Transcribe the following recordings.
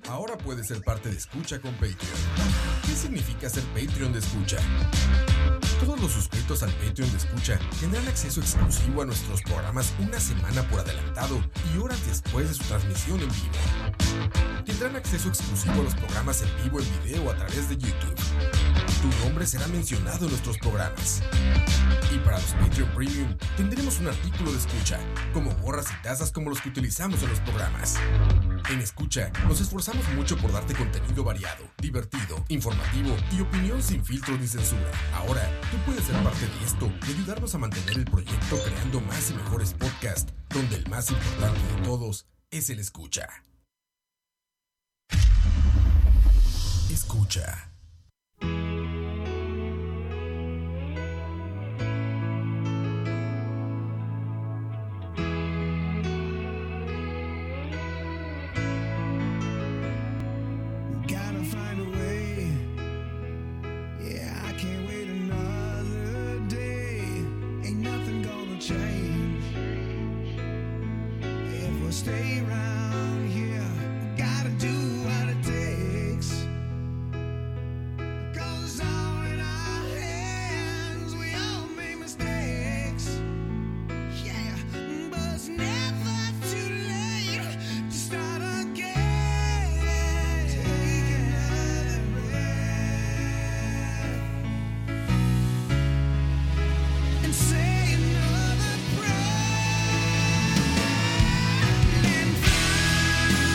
Ahora puedes ser parte de Escucha con Patreon. ¿Qué significa ser Patreon de Escucha? Todos los suscritos al Patreon de Escucha tendrán acceso exclusivo a nuestros programas una semana por adelantado y horas después de su transmisión en vivo. Tendrán acceso exclusivo a los programas en vivo en video a través de YouTube. Tu nombre será mencionado en nuestros programas. Y para los Patreon Premium tendremos un artículo de Escucha, como gorras y tazas como los que utilizamos en los programas. En Escucha nos esforzamos mucho por darte contenido variado, divertido, informativo y opinión sin filtros ni censura. Ahora, tú puedes ser parte de esto y ayudarnos a mantener el proyecto creando más y mejores podcasts, donde el más importante de todos es el Escucha. Escucha. Stay around here, we gotta do what it takes. 'Cause it's all in our hands, we all make mistakes. Yeah, but it's never too late to start again. Take another breath and say another prayer. And fly.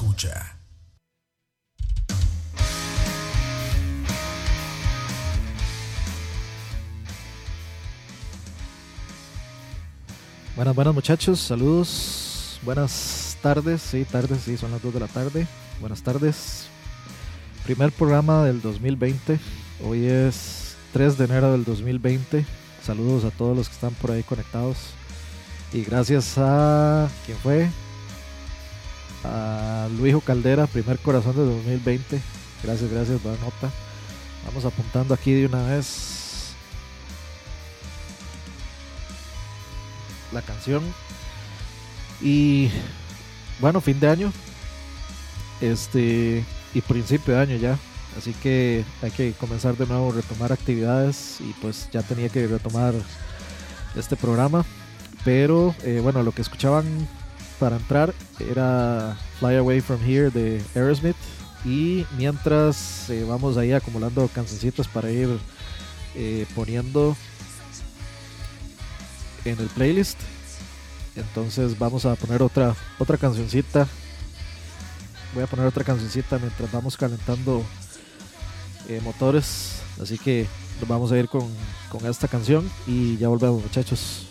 escucha. Buenas muchachos, saludos, buenas tardes, sí, son las 2 de la tarde, buenas tardes. Primer programa del 2020, hoy es 3 de enero del 2020, saludos a todos los que están por ahí conectados y gracias a, ¿quién fue? A Luijo Caldera, primer corazón de 2020, gracias, buena nota. Vamos apuntando aquí de una vez la canción y bueno, fin de año y principio de año ya, así que hay que comenzar de nuevo, retomar actividades y pues ya tenía que retomar este programa, pero bueno, lo que escuchaban para entrar era Fly Away From Here de Aerosmith y mientras vamos ahí acumulando cancioncitas para ir poniendo en el playlist. Entonces vamos a poner otra cancioncita. Voy a poner otra cancioncita mientras vamos calentando motores. Así que nos vamos a ir con esta canción y ya volvemos, muchachos.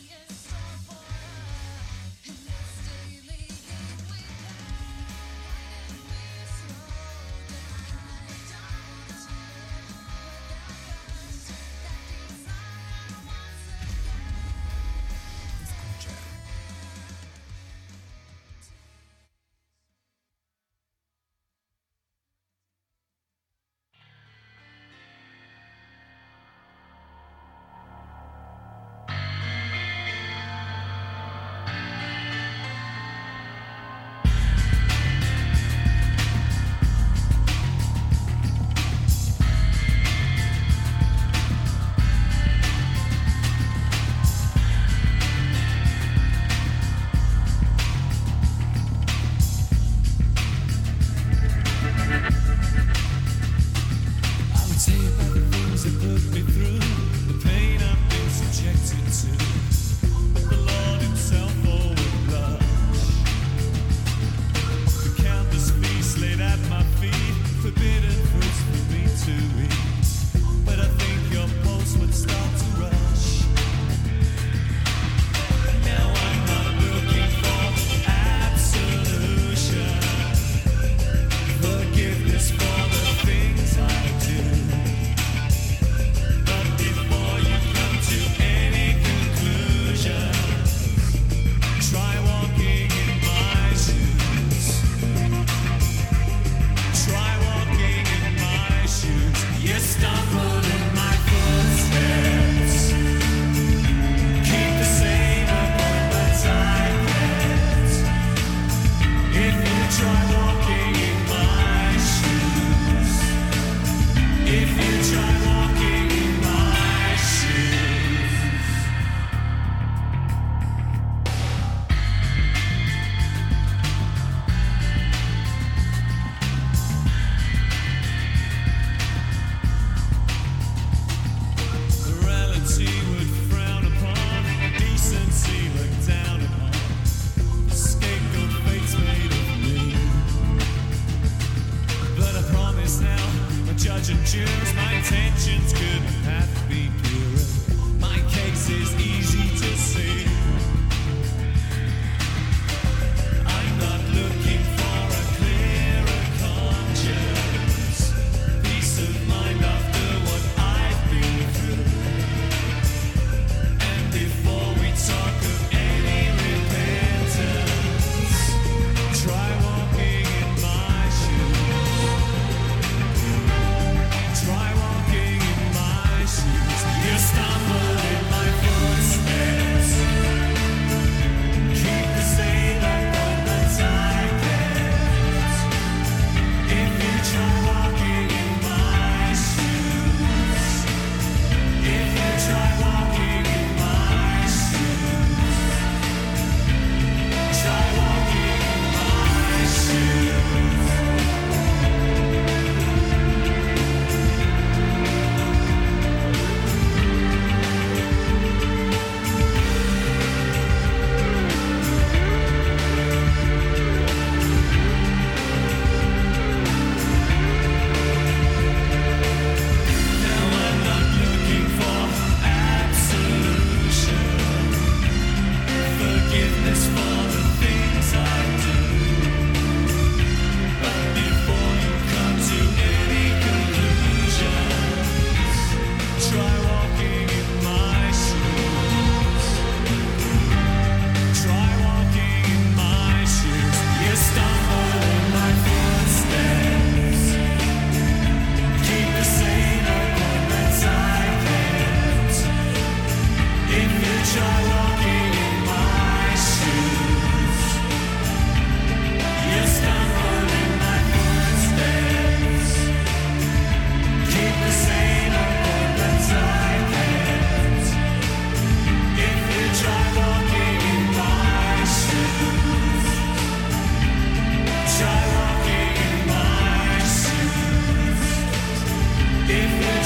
Try walking in my shoes.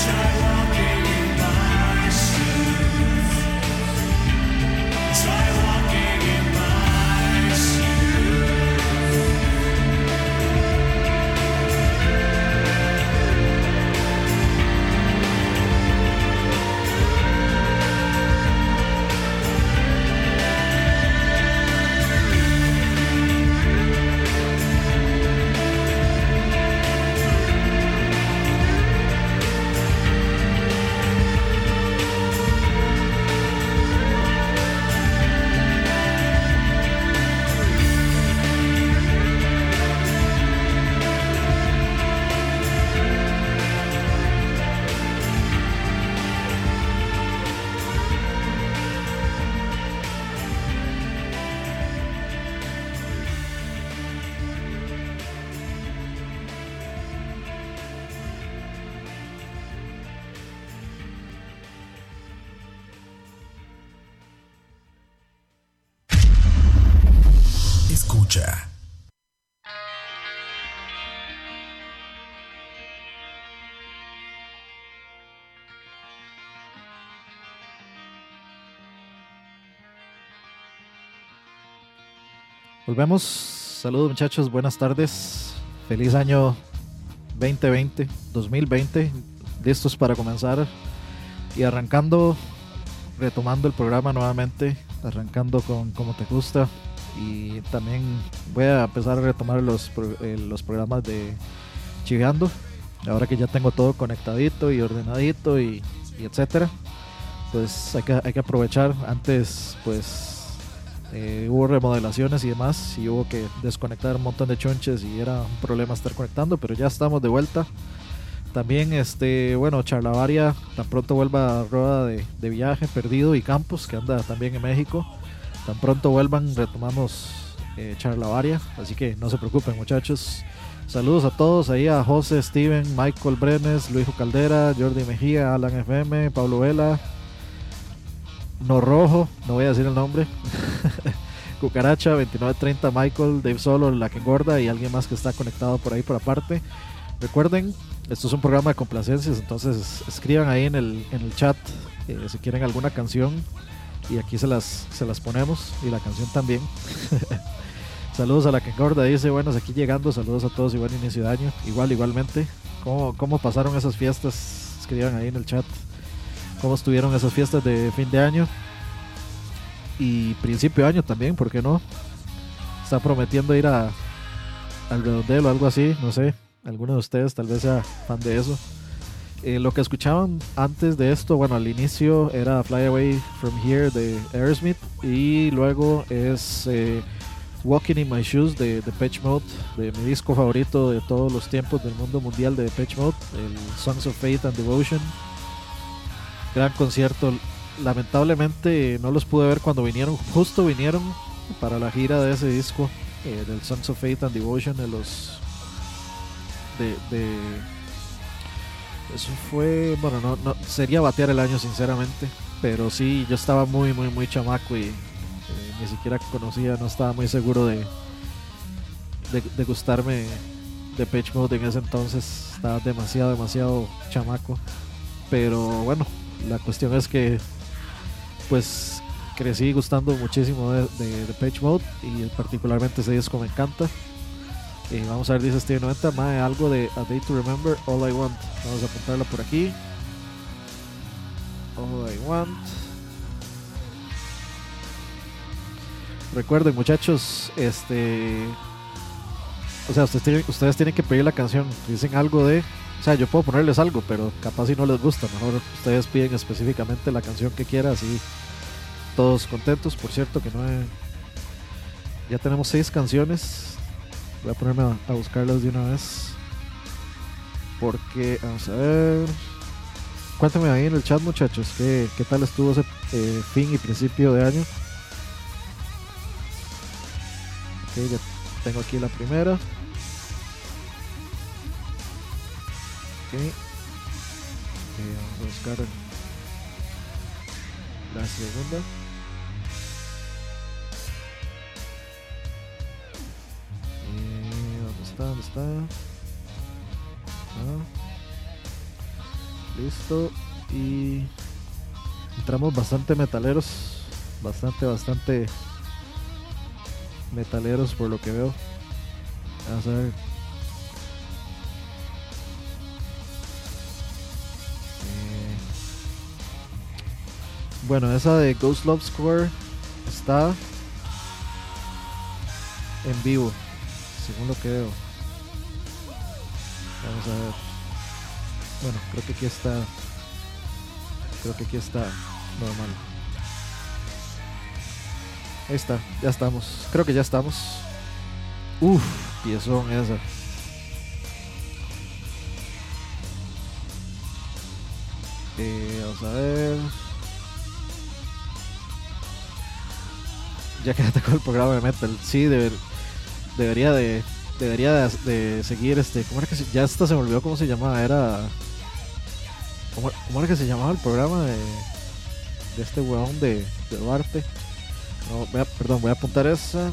Escucha. Volvemos. Saludos muchachos, buenas tardes. Feliz año 2020, 2020. Listos para comenzar y arrancando, retomando el programa nuevamente, arrancando con Como Te Gusta. Y también voy a empezar a retomar los programas de Chiveando, ahora que ya tengo todo conectadito y ordenadito y etcétera. Pues hay que aprovechar. Antes pues hubo remodelaciones y demás y hubo que desconectar un montón de chonches y era un problema estar conectando, pero ya estamos de vuelta. También bueno, Charlavaria tan pronto vuelva a Rueda de Viaje, Perdido y Campos, que anda también en México. Tan pronto vuelvan, retomamos Charlavaria, así que no se preocupen muchachos. Saludos a todos, ahí a José, Steven, Michael Brenes, Luijo Caldera, Jordi Mejía, Alan FM, Pablo Vela, No Rojo, no voy a decir el nombre, Cucaracha, 2930, Michael, Dave Solo, La Que Engorda y alguien más que está conectado por ahí por aparte. Recuerden, esto es un programa de complacencias, entonces escriban ahí en el chat si quieren alguna canción. Y aquí se las ponemos. Y la canción también. Saludos a La Que Engorda. Dice, buenos aquí llegando. Saludos a todos y buen inicio de año. Igualmente. ¿Cómo pasaron esas fiestas? Escriban ahí en el chat. ¿Cómo estuvieron esas fiestas de fin de año? Y principio de año también, ¿por qué no? Está prometiendo ir al redondel o algo así. No sé. Alguno de ustedes tal vez sea fan de eso. Lo que escuchaban antes de esto, bueno, al inicio era Fly Away From Here de Aerosmith y luego es Walking in My Shoes de Depeche Mode, de mi disco favorito de todos los tiempos del mundo mundial de Depeche Mode, el Songs of Faith and Devotion. Gran concierto. Lamentablemente no los pude ver cuando vinieron, justo vinieron para la gira de ese disco, del Songs of Faith and Devotion, de los eso fue, bueno, no sería batear el año sinceramente, pero sí, yo estaba muy chamaco y ni siquiera conocía, no estaba muy seguro de gustarme Depeche Mode en ese entonces, estaba demasiado chamaco, pero bueno, la cuestión es que pues crecí gustando muchísimo de Depeche Mode y particularmente ese disco me encanta. Vamos a ver, dice Steve 90, mae, algo de A Day to Remember, All I Want. Vamos a apuntarla por aquí. All I Want. Recuerden muchachos, o sea, ustedes tienen que pedir la canción. Dicen algo de, o sea, yo puedo ponerles algo, pero capaz si no les gusta, mejor ustedes piden específicamente la canción que quieran, así todos contentos. Por cierto que ya tenemos 6 canciones. Voy a ponerme a buscarlas de una vez. Porque, vamos a ver. Cuéntame ahí en el chat muchachos, ¿qué tal estuvo ese fin y principio de año? Ok, ya tengo aquí la primera. Ok. Vamos a buscar la segunda. ¿Dónde está? Listo. Y entramos bastante metaleros. Bastante metaleros por lo que veo. Vamos a ver. Bueno, esa de Ghost Love Score está en vivo, según lo que veo. Vamos a ver. Bueno, creo que aquí está normal. Ahí está, ya estamos. Creo que ya estamos. Uff, piezón esa. Vamos a ver. Ya que atacó el programa de metal. Sí, debería de seguir ¿cómo era que ya hasta se me olvidó cómo se llamaba? ¿Cómo era que se llamaba el programa de este huevón de Duarte? No, voy a apuntar esa.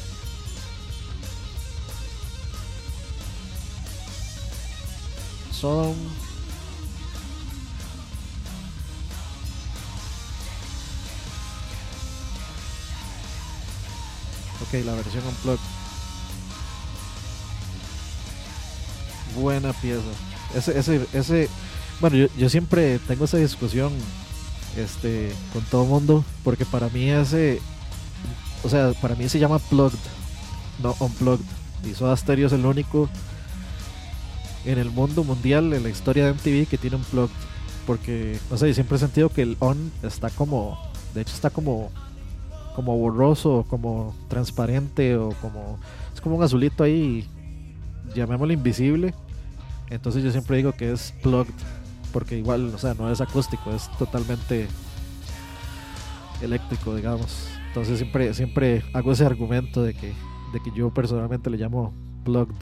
Son la versión unplugged. Buena pieza. Ese bueno, yo siempre tengo esa discusión con todo mundo, porque para mí para mí se llama plugged, no unplugged. Y Soda Stereo es el único en el mundo mundial, en la historia de MTV, que tiene unplugged. Porque, no sé, yo siempre he sentido que el on está como borroso, como transparente, o es como un azulito ahí, llamémoslo invisible. Entonces yo siempre digo que es plugged, porque igual, o sea, no es acústico, es totalmente eléctrico, digamos. Entonces siempre hago ese argumento de que yo personalmente le llamo plugged.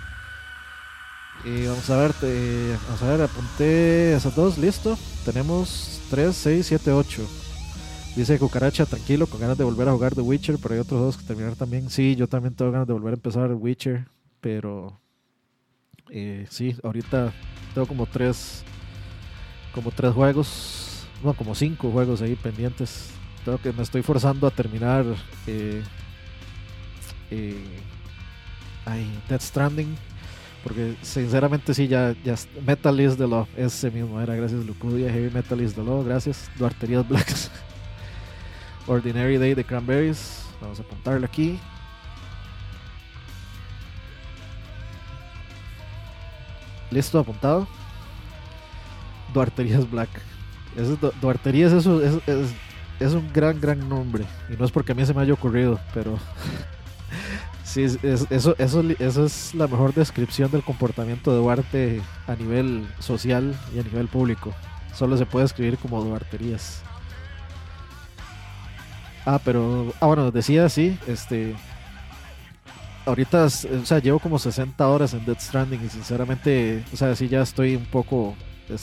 Vamos a ver, apunté esas dos, listo. Tenemos 3, 6, 7, 8. Dice Cucaracha, tranquilo, con ganas de volver a jugar The Witcher, pero hay otros dos que terminar también. Sí, yo también tengo ganas de volver a empezar Witcher, pero sí, ahorita tengo como tres juegos, no, como 5 juegos ahí pendientes. Me estoy forzando a terminar Death Stranding, porque sinceramente sí, ya Metal is the Law, ese mismo era, gracias Lucudia. Heavy Metal is the Law, gracias Duarterías Blacks. Ordinary Day de Cranberries, vamos a apuntarlo aquí. Listo, apuntado. Duarterías Black. Duarterías es un gran nombre, y no es porque a mí se me haya ocurrido, pero sí, eso es la mejor descripción del comportamiento de Duarte a nivel social y a nivel público. Solo se puede escribir como Duarterías. Bueno, decía así, ahorita, o sea, llevo como 60 horas en Death Stranding y sinceramente, o sea, sí ya estoy un poco,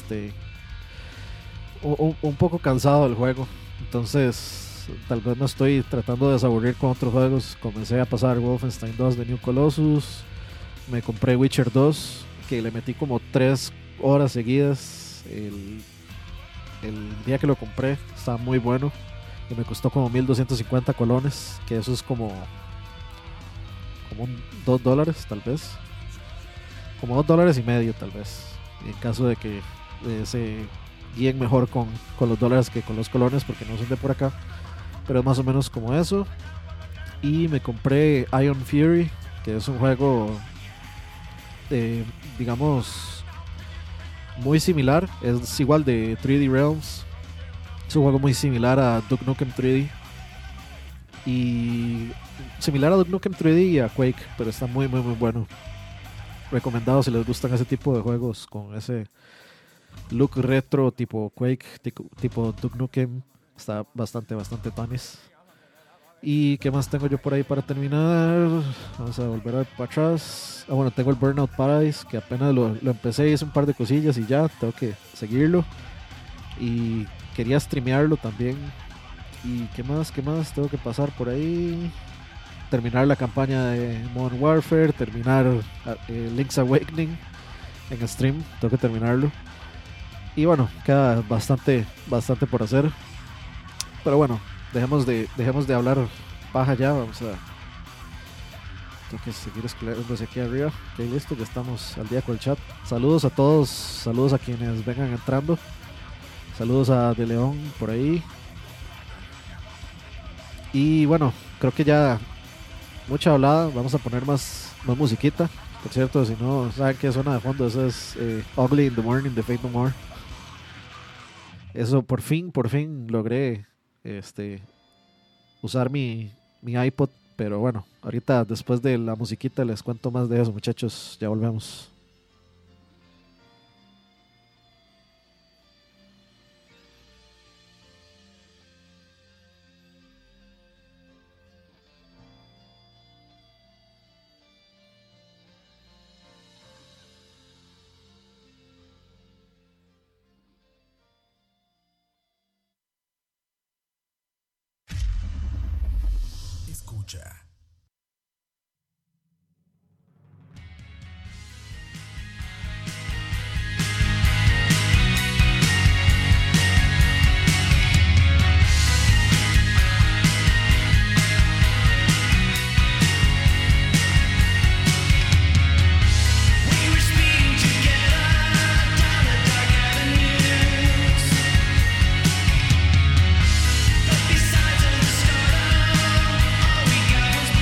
un poco cansado del juego. Entonces, tal vez me estoy tratando de desaburrir con otros juegos. Comencé a pasar Wolfenstein 2 de New Colossus, me compré Witcher 2, que le metí como 3 horas seguidas. El día que lo compré estaba muy bueno y me costó como 1,250 colones, que eso es como $2 tal vez, como $2.50 tal vez, en caso de que se guíen mejor con los dólares que con los colones, porque no son de por acá, pero es más o menos como eso. Y me compré Ion Fury, que es un juego digamos muy similar, es igual de 3D Realms, es un juego muy similar a Duke Nukem 3D y similar a Duke Nukem 3D y a Quake, pero está muy bueno. Recomendado si les gustan ese tipo de juegos con ese look retro tipo Quake, tipo Duke Nukem. Está bastante tuanis. ¿Y qué más tengo yo por ahí para terminar? Vamos a volver para atrás. Bueno, tengo el Burnout Paradise, que apenas lo empecé, hice un par de cosillas y ya tengo que seguirlo. Y quería streamearlo también. ¿Y qué más tengo que pasar por ahí? Terminar la campaña de Modern Warfare, terminar Link's Awakening en stream, tengo que terminarlo. Y bueno, queda bastante por hacer. Pero bueno, dejemos de hablar paja ya. Vamos a tengo que seguir escribiendo hacia aquí arriba. Ok, listo, ya estamos al día con el chat. Saludos a todos, saludos a quienes vengan entrando. Saludos a De León por ahí. Y bueno, creo que ya mucha hablada. Vamos a poner más musiquita. Por cierto, si no saben qué suena de fondo, eso es Ugly in the Morning de Faith No More. Eso por fin logré usar mi iPod. Pero bueno, ahorita después de la musiquita les cuento más de eso, muchachos. Ya volvemos. Escucha. Besides the stardom, all we got was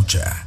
escucha.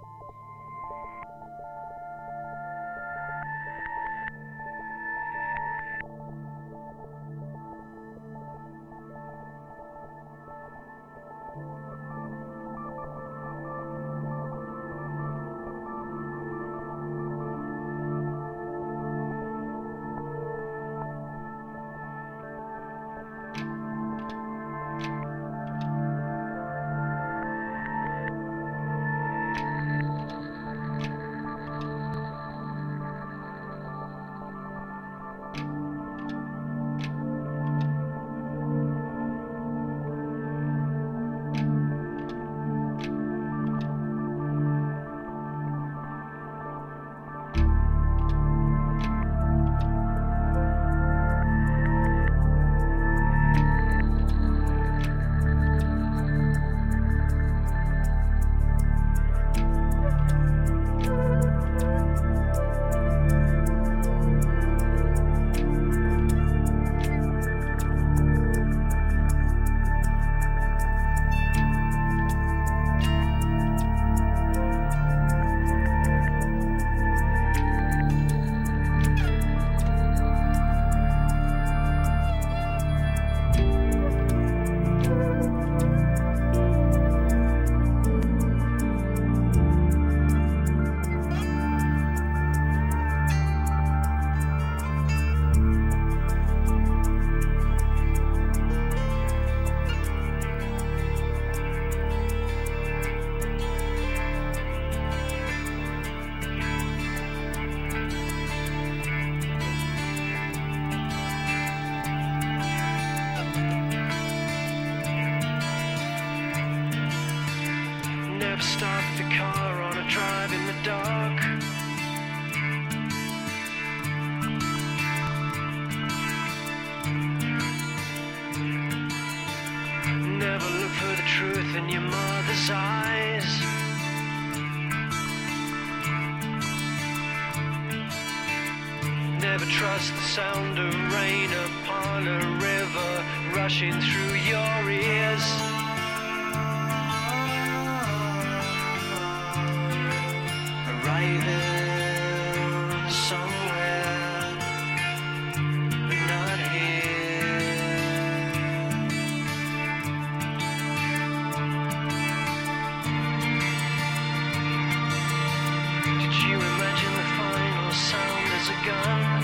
Stop the car on a drive in the dark. Never look for the truth in your mother's eyes. Never trust the sound of rain upon a river rushing through your ears. Arriving somewhere, but not here. Did you imagine the final sound as a gun?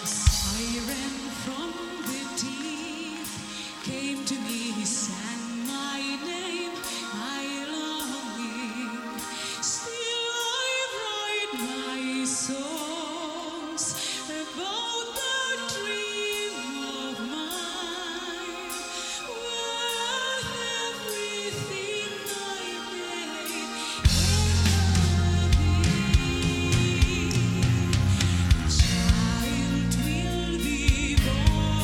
Child will be born.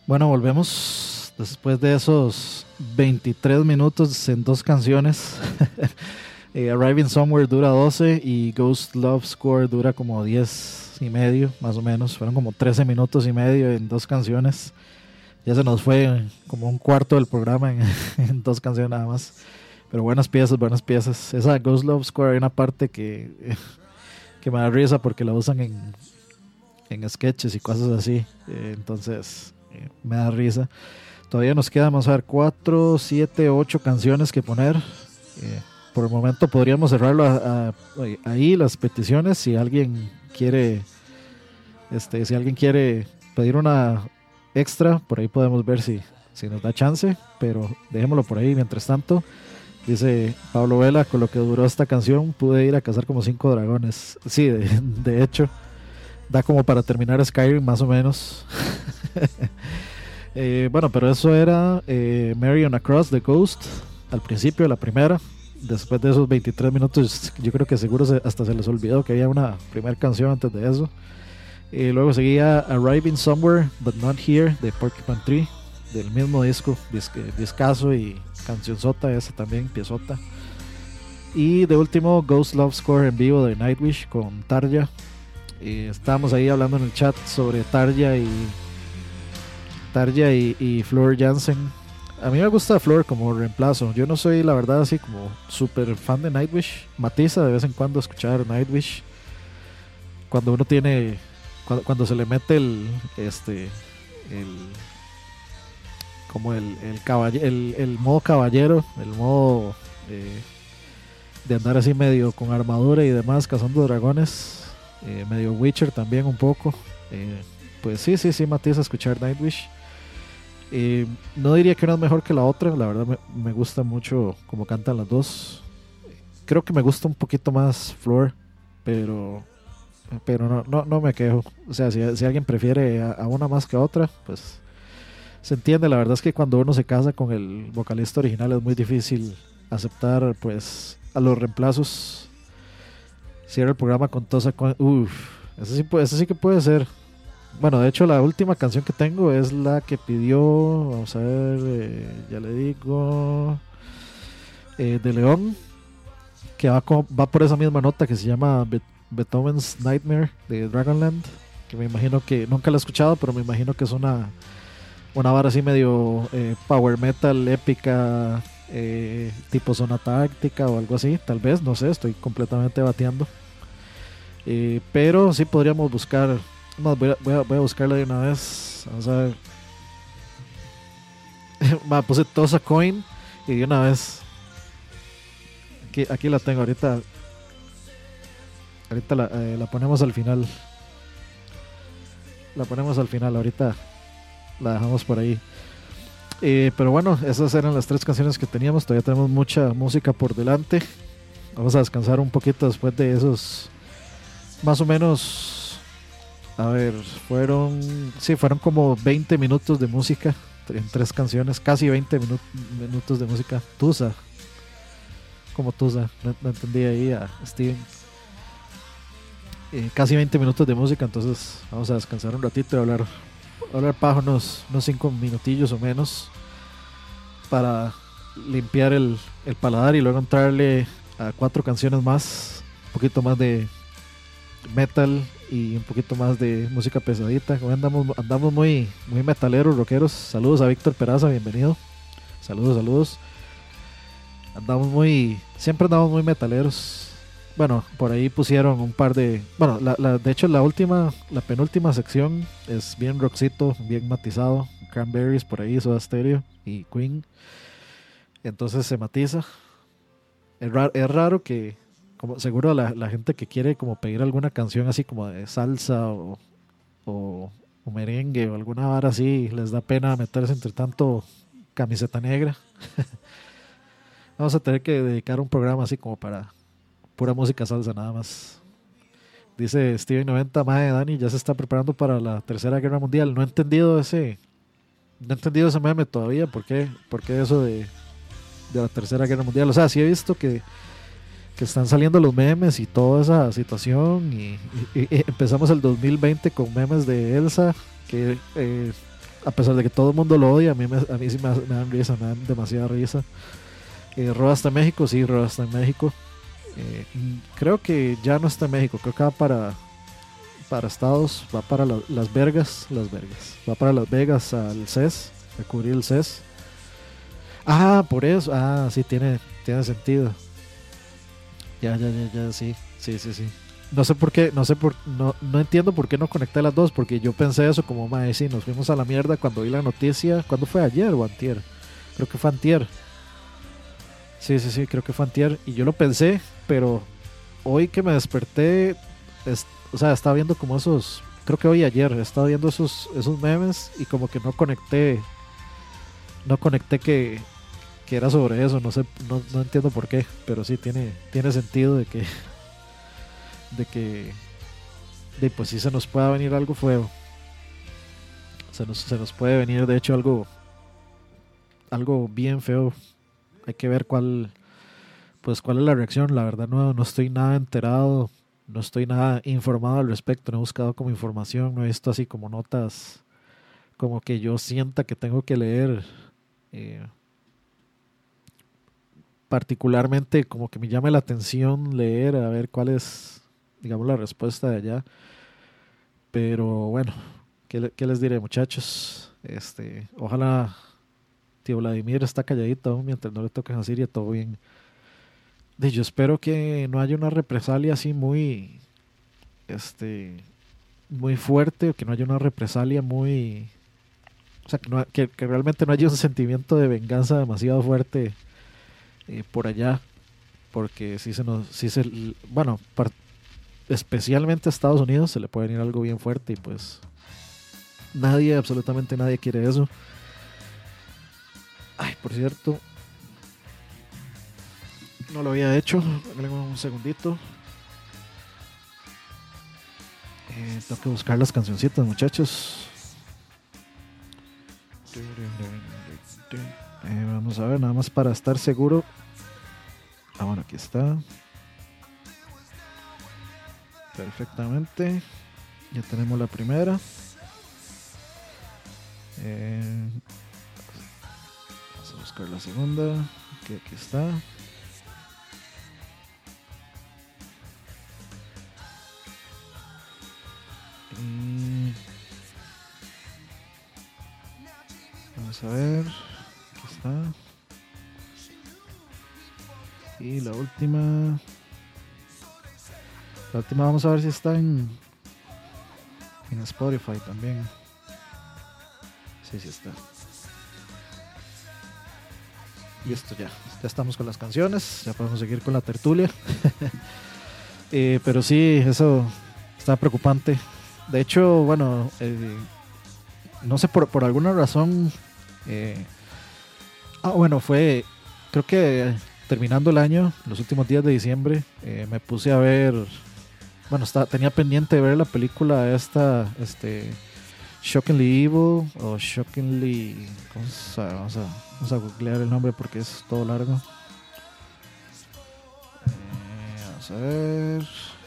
Bueno, volvemos después de esos 23 minutos en dos canciones. Arriving Somewhere dura 12 y Ghost Love Score dura como 10 y medio, más o menos. Fueron como 13 minutos y medio en dos canciones. Ya se nos fue como un cuarto del programa en dos canciones nada más. Pero buenas piezas, buenas piezas. Esa Ghost Love Score hay una parte que me da risa porque la usan en sketches y cosas así. Entonces me da risa. Todavía nos quedan, vamos a ver, 4, 7, 8 canciones que poner. Por el momento podríamos cerrarlo ahí las peticiones. Si alguien quiere pedir una extra, por ahí podemos ver si nos da chance, pero dejémoslo por ahí. Mientras tanto, dice Pablo Vela, con lo que duró esta canción pude ir a cazar como 5 dragones. Sí, de hecho da como para terminar Skyrim más o menos. Bueno, pero eso era Mary on a Cross de Ghost al principio de la primera. Después de esos 23 minutos, yo creo que seguro hasta se les olvidó que había una primera canción antes de eso. Luego seguía Arriving Somewhere But Not Here de Porcupine Tree, del mismo disco, discazo y cancionzota, esa también, piezota. Y de último, Ghost Love Score en vivo de Nightwish con Tarja. Estábamos ahí hablando en el chat sobre Tarja y Floor Jansen. A mí me gusta Floor como reemplazo. Yo no soy, la verdad, así como súper fan de Nightwish. Matiza de vez en cuando escuchar Nightwish. Cuando uno tiene, cuando se le mete el modo caballero, el modo de andar así medio con armadura y demás, cazando dragones, medio Witcher también un poco. Pues sí, matiza escuchar Nightwish. No diría que una es mejor que la otra, la verdad me gusta mucho como cantan las dos. Creo que me gusta un poquito más Floor, pero no me quejo. O sea, si alguien prefiere a una más que a otra, pues se entiende. La verdad es que cuando uno se casa con el vocalista original es muy difícil aceptar pues a los reemplazos. Cierra el programa con Tosa con... eso sí que puede ser. Bueno, de hecho la última canción que tengo es la que pidió, vamos a ver, ya le digo, de León, que va por esa misma nota, que se llama Beethoven's Nightmare de Dragonland, que me imagino que, nunca la he escuchado, pero me imagino que es una vara así medio power metal épica, tipo Sonata Ártica o algo así, tal vez, no sé, estoy completamente bateando. Pero sí podríamos buscar... No, voy a buscarla de una vez. Vamos a ver. Puse Tosa Coin y de una vez. Aquí la tengo. Ahorita la ponemos al final. Ahorita la dejamos por ahí. Pero bueno, esas eran las 3 canciones que teníamos. Todavía tenemos mucha música por delante. Vamos a descansar un poquito después de esos. Más o menos. A ver, fueron como 20 minutos de música en 3 canciones, casi 20 minutos de música. Tusa, como Tusa, no entendí ahí a Steven. Casi 20 minutos de música, entonces vamos a descansar un ratito y hablar paja unos 5 minutillos o menos para limpiar el paladar y luego entrarle a 4 canciones más, un poquito más de metal y un poquito más de música pesadita. Hoy andamos muy metaleros, rockeros. Saludos a Víctor Peraza, bienvenido. Saludos. Siempre andamos muy metaleros. Bueno, por ahí pusieron un par de... Bueno, de hecho la penúltima sección es bien rockcito, bien matizado. Cranberries por ahí, Soda Stereo y Queen. Entonces se matiza. Es raro que... Como seguro la gente que quiere como pedir alguna canción así como de salsa o merengue o alguna vara así, les da pena meterse entre tanto camiseta negra. Vamos a tener que dedicar un programa así como para pura música salsa nada más. Dice Steven90, mae, Dani ya se está preparando para la Tercera Guerra Mundial. No he entendido ese meme todavía. ¿Por qué eso de la Tercera Guerra Mundial? O sea, sí he visto que están saliendo los memes y toda esa situación y empezamos el 2020 con memes de Elsa que a pesar de que todo el mundo lo odia, a mí sí me dan risa, me dan demasiada risa. Roa está en México, sí, Roa está en México. Creo que ya no está en México, creo que va para Estados, va para Las Vegas, va para Las Vegas al CES, a cubrir el CES. Ah, por eso, sí, tiene sentido. Ya, sí. No sé por qué, no entiendo por qué no conecté las dos, porque yo pensé eso como, mae, sí, nos fuimos a la mierda cuando vi la noticia. ¿Cuándo fue? ¿Ayer o antier? Creo que fue antier. Sí, creo que fue antier. Y yo lo pensé, pero hoy que me desperté, o sea, estaba viendo como esos, creo que hoy ayer, estaba viendo esos memes y como que no conecté que era sobre eso, no sé, no entiendo por qué, pero sí tiene sentido de que pues sí se nos pueda venir algo feo. Se nos puede venir de hecho algo bien feo. Hay que ver cuál es la reacción. La verdad no estoy nada enterado, no estoy nada informado al respecto, no he buscado como información, no he visto así como notas como que yo sienta que tengo que leer. Particularmente como que me llame la atención leer a ver cuál es, digamos, la respuesta de allá. Pero bueno, ¿qué les diré, muchachos? Ojalá tío Vladimir está calladito aún mientras no le toquen a Siria, todo bien. Yo espero que no haya una represalia así muy muy fuerte, o que no haya una represalia muy, o sea, que realmente no haya un sentimiento de venganza demasiado fuerte por allá, porque bueno, especialmente a Estados Unidos se le puede venir algo bien fuerte y pues absolutamente nadie quiere eso. Ay, por cierto, no lo había hecho, dame un segundito. Tengo que buscar las cancioncitas, muchachos. Vamos a ver, nada más para estar seguro. Bueno, aquí está. Perfectamente. Ya tenemos la primera. Vamos a buscar la segunda. Que aquí está. Vamos a ver. Aquí está. Y la última. La última vamos a ver si está en Spotify también. Sí está. Listo, ya estamos con las canciones. Ya podemos seguir con la tertulia. Pero sí, eso está preocupante. De hecho, bueno, no sé, por alguna razón. Bueno, creo que terminando el año, los últimos días de diciembre, me puse a ver, bueno, tenía pendiente de ver la película esta, Shockingly Evil o Shockingly, vamos a googlear el nombre porque es todo largo. Vamos a ver.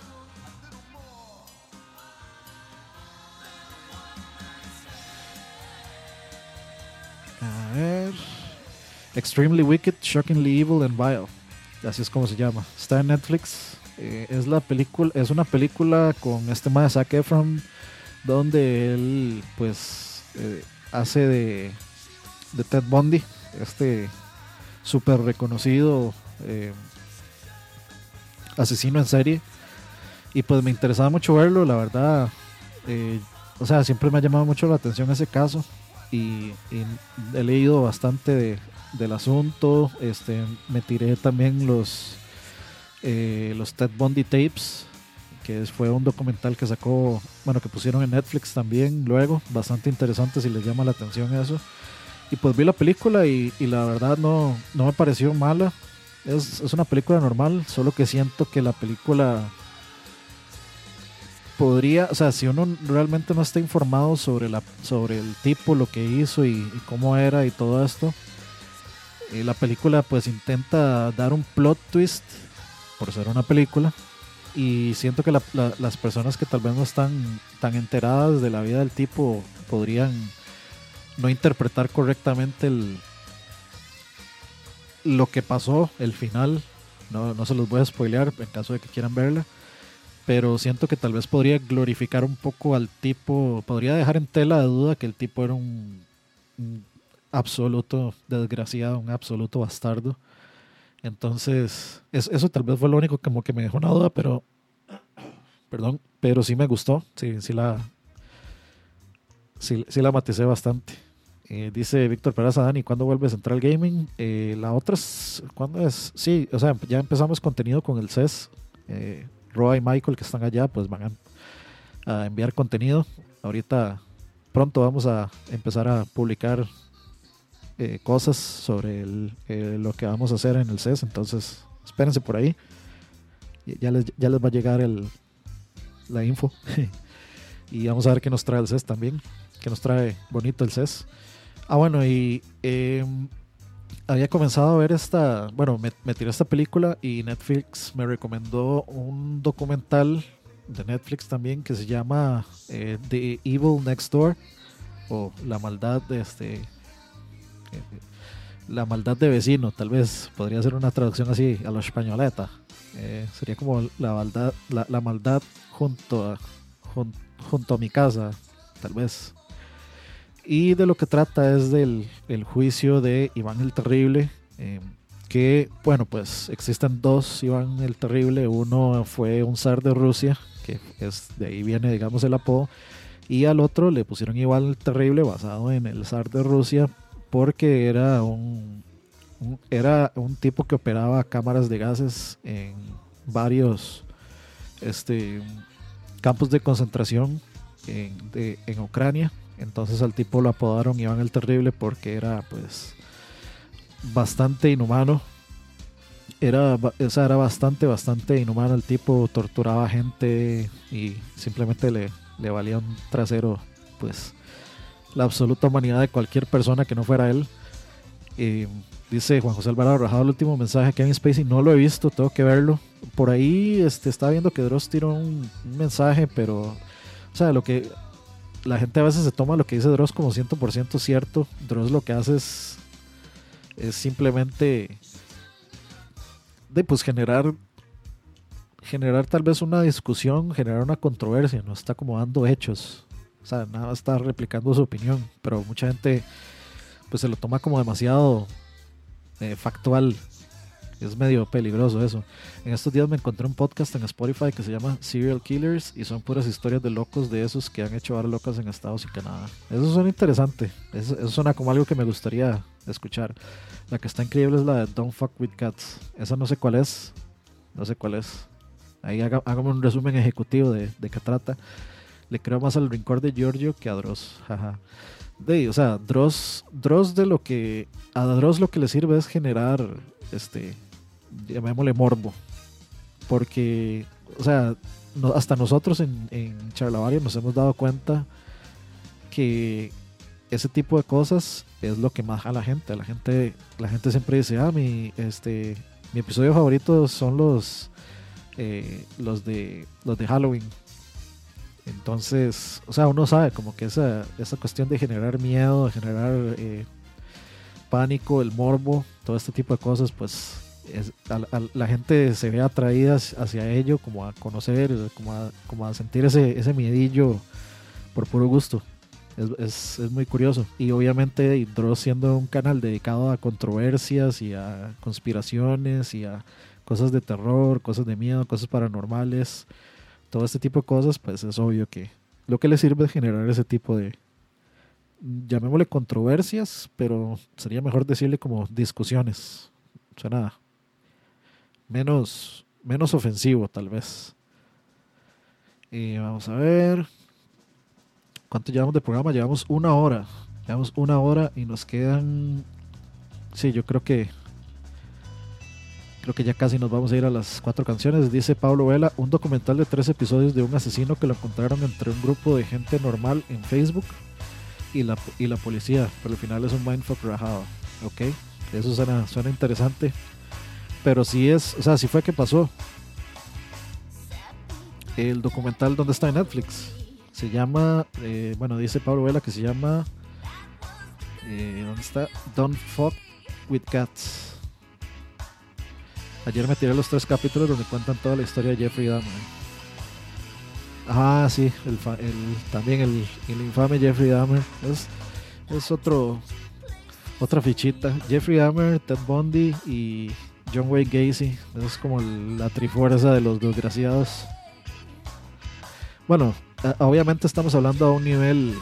Extremely Wicked, Shockingly Evil and Vile, así es como se llama. Está en Netflix. Es una película con mae Zac Efron, donde él pues hace de Ted Bundy, súper reconocido asesino en serie. Y pues me interesaba mucho verlo, la verdad. O sea, siempre me ha llamado mucho la atención ese caso. Y he leído bastante del asunto. Me tiré también los Ted Bundy Tapes, que fue un documental que sacó, bueno, que pusieron en Netflix también luego, bastante interesante si les llama la atención eso. Y pues vi la película y la verdad no me pareció mala. Es una película normal, solo que siento que la película podría, o sea, si uno realmente no está informado sobre el tipo, lo que hizo y cómo era y todo esto, la película pues intenta dar un plot twist por ser una película, y siento que las personas que tal vez no están tan enteradas de la vida del tipo podrían no interpretar correctamente lo que pasó, el final. No se los voy a spoilear en caso de que quieran verla, pero siento que tal vez podría glorificar un poco al tipo, podría dejar en tela de duda que el tipo era un absoluto desgraciado, un absoluto bastardo. Entonces, eso tal vez fue lo único como que me dejó una duda, pero perdón, pero sí me gustó, sí la maticé bastante. Dice Víctor Peraza, Dani, ¿cuándo vuelve Central Gaming? La otra es, ¿cuándo es? Sí, o sea, ya empezamos contenido con el CES. Roa y Michael, que están allá, pues van a enviar contenido. Ahorita pronto vamos a empezar a publicar cosas sobre lo que vamos a hacer en el CES, entonces espérense por ahí. Ya les va a llegar la info. Y vamos a ver qué nos trae el CES también, que nos trae bonito el CES. Bueno, y había comenzado a ver me tiré esta película y Netflix me recomendó un documental de Netflix también que se llama The Evil Next Door, o la maldad la maldad de vecino, tal vez podría ser una traducción así a la españoleta. Sería como la maldad junto a mi casa, tal vez. Y de lo que trata es del el juicio de Iván el Terrible, que bueno, pues existen dos Iván el Terrible. Uno fue un zar de Rusia, que de ahí viene, digamos, el apodo, y al otro le pusieron Iván el Terrible basado en el zar de Rusia porque era un tipo que operaba cámaras de gases en varios campos de concentración en Ucrania. Entonces al tipo lo apodaron Iván el Terrible porque era pues bastante inhumano. Era bastante inhumano el tipo, torturaba gente y simplemente le valía un trasero pues la absoluta humanidad de cualquier persona que no fuera él. Dice Juan José Alvarado Rajado, el último mensaje a Kevin Spacey, no lo he visto, tengo que verlo. Por ahí estaba viendo que Dross tiró un mensaje, pero o sea, lo que la gente a veces se toma lo que dice Dross como 100% cierto. Dross lo que hace es simplemente pues generar tal vez una discusión, generar una controversia, no está como dando hechos, o sea, nada, está replicando su opinión, pero mucha gente pues se lo toma como demasiado factual. Es medio peligroso eso. En estos días me encontré un podcast en Spotify que se llama Serial Killers y son puras historias de locos de esos que han hecho varas locas en Estados y Canadá. Eso suena interesante. Eso suena como algo que me gustaría escuchar. La que está increíble es la de Don't Fuck With Cats. Esa no sé cuál es. Ahí hágame un resumen ejecutivo de qué trata. Le creo más al Rincón de Giorgio que a Dross. Jaja. O sea, Dross a Dross lo que le sirve es generar llamémosle morbo, porque o sea, hasta nosotros en Charlavaria nos hemos dado cuenta que ese tipo de cosas es lo que más a la gente siempre dice, mi episodio favorito son los de Halloween. Entonces, o sea, uno sabe como que esa cuestión de generar miedo, de generar pánico, el morbo, todo este tipo de cosas, pues la gente se ve atraída hacia ello, como a conocer, como a sentir ese miedillo por puro gusto. Es muy curioso. Y obviamente Dross, siendo un canal dedicado a controversias y a conspiraciones y a cosas de terror, cosas de miedo, cosas paranormales, todo este tipo de cosas, pues es obvio que lo que le sirve es generar ese tipo de, llamémosle controversias, pero sería mejor decirle como discusiones. Suena menos ofensivo tal vez. Y vamos a ver cuánto llevamos de programa. Llevamos una hora y nos quedan, sí, yo creo que ya casi nos vamos a ir a las 4 canciones. Dice Pablo Vela, un documental de 3 episodios de un asesino que lo encontraron entre un grupo de gente normal en Facebook y la policía, pero al final es un mindfuck rajado. Ok, eso suena interesante, pero sí fue que pasó. El documental, ¿dónde está? En Netflix. Se llama, dice Pablo Vela que se llama ¿Dónde está? Don't Fuck with Cats. Ayer me tiré los 3 capítulos donde cuentan toda la historia de Jeffrey Dahmer. Ah, sí, también el infame Jeffrey Dahmer. Es otra fichita. Jeffrey Dahmer, Ted Bundy y John Wayne Gacy. Es como la trifuerza de los desgraciados. Bueno, obviamente estamos hablando a un nivel,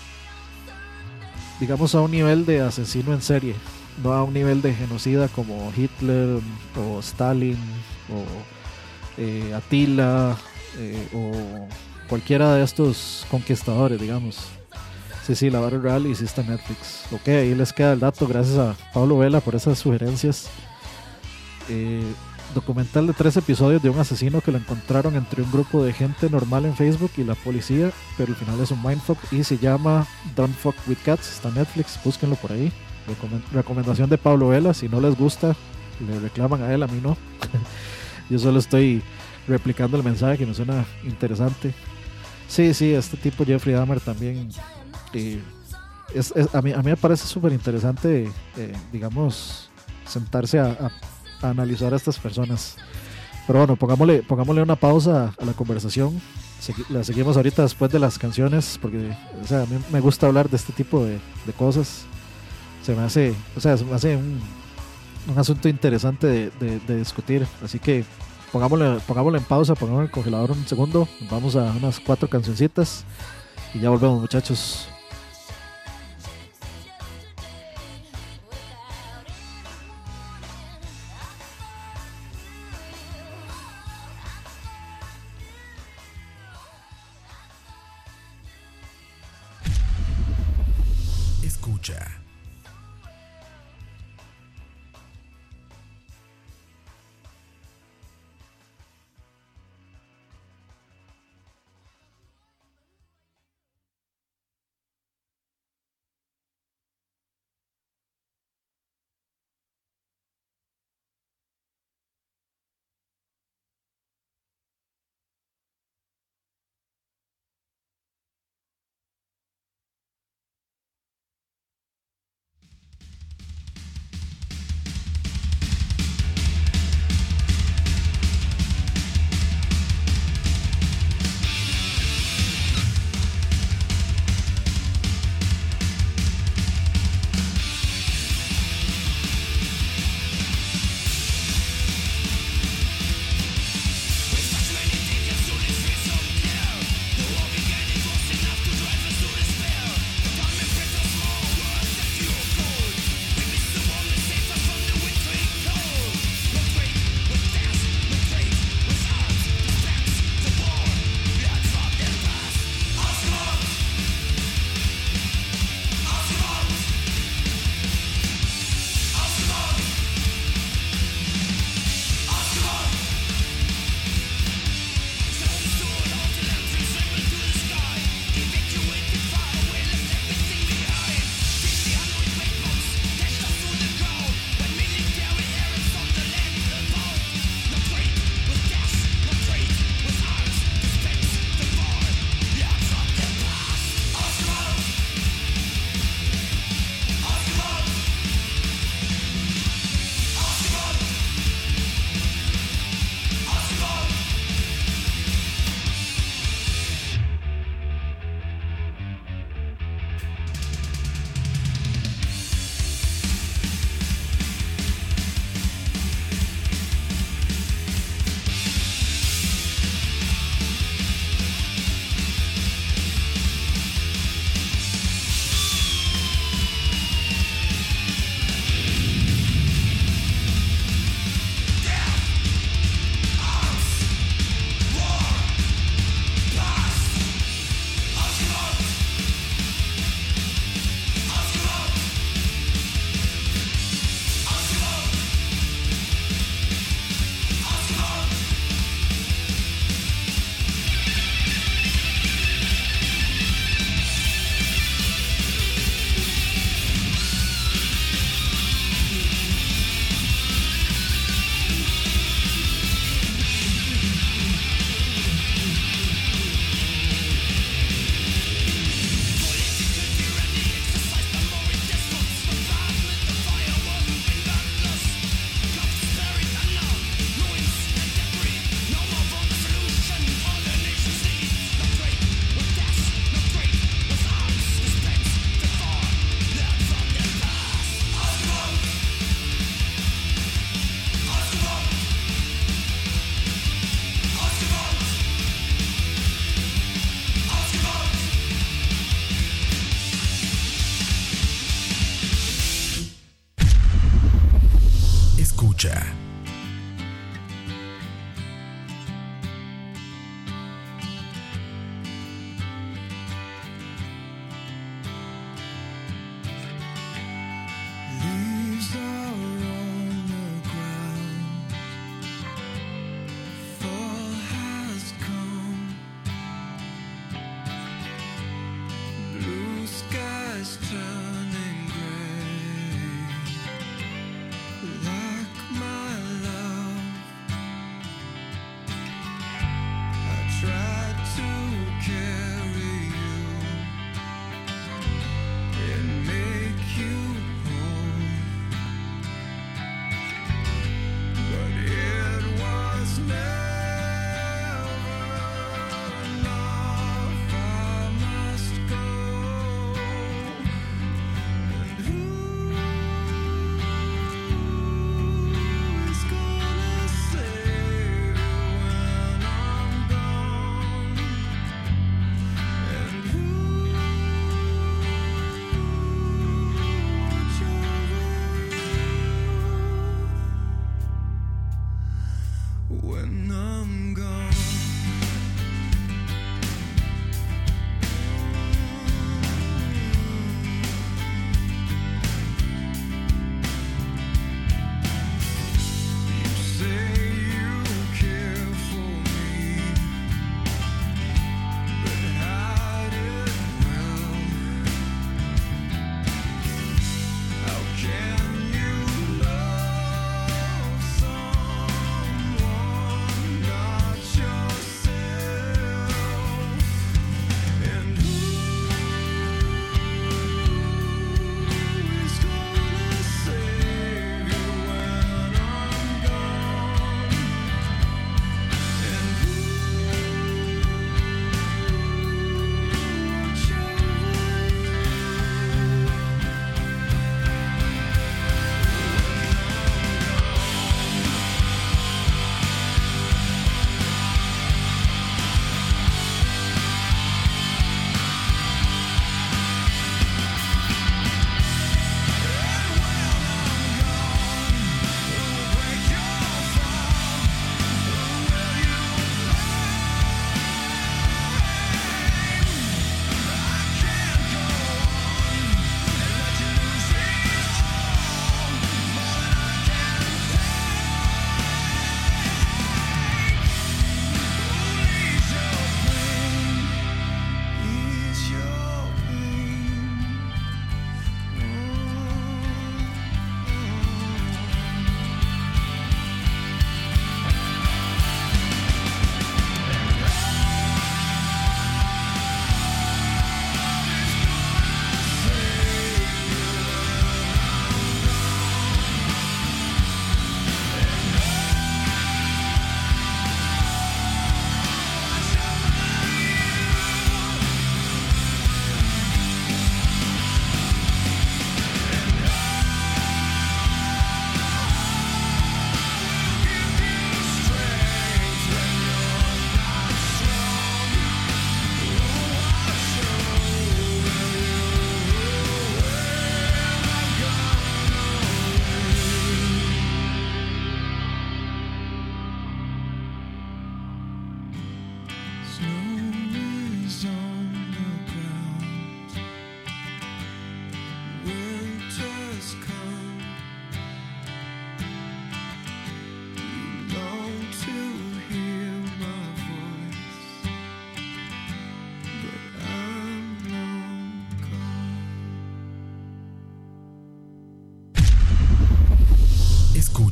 digamos a un nivel de asesino en serie, no a un nivel de genocida como Hitler o Stalin o Attila o cualquiera de estos conquistadores, digamos. Sí, la Battle Royale hiciste Netflix. Ok, ahí les queda el dato, gracias a Pablo Vela por esas sugerencias. Documental de 3 episodios de un asesino que lo encontraron entre un grupo de gente normal en Facebook y la policía, pero al final es un mindfuck y se llama Don't Fuck with Cats. Está en Netflix, búsquenlo por ahí. Recomendación de Pablo Vela. Si no les gusta, le reclaman a él, a mí no. Yo solo estoy replicando el mensaje que me suena interesante. Sí, este tipo Jeffrey Dahmer también a mí me parece súper interesante, digamos, sentarse a analizar a estas personas. Pero bueno, pongámosle una pausa a la conversación. La seguimos ahorita después de las canciones, porque o sea, a mí me gusta hablar de este tipo de cosas. Se me hace un asunto interesante de discutir. Así que pongámoslo en pausa, pongámoslo en el congelador un segundo. Vamos a unas 4 cancioncitas y ya volvemos, muchachos. Escucha.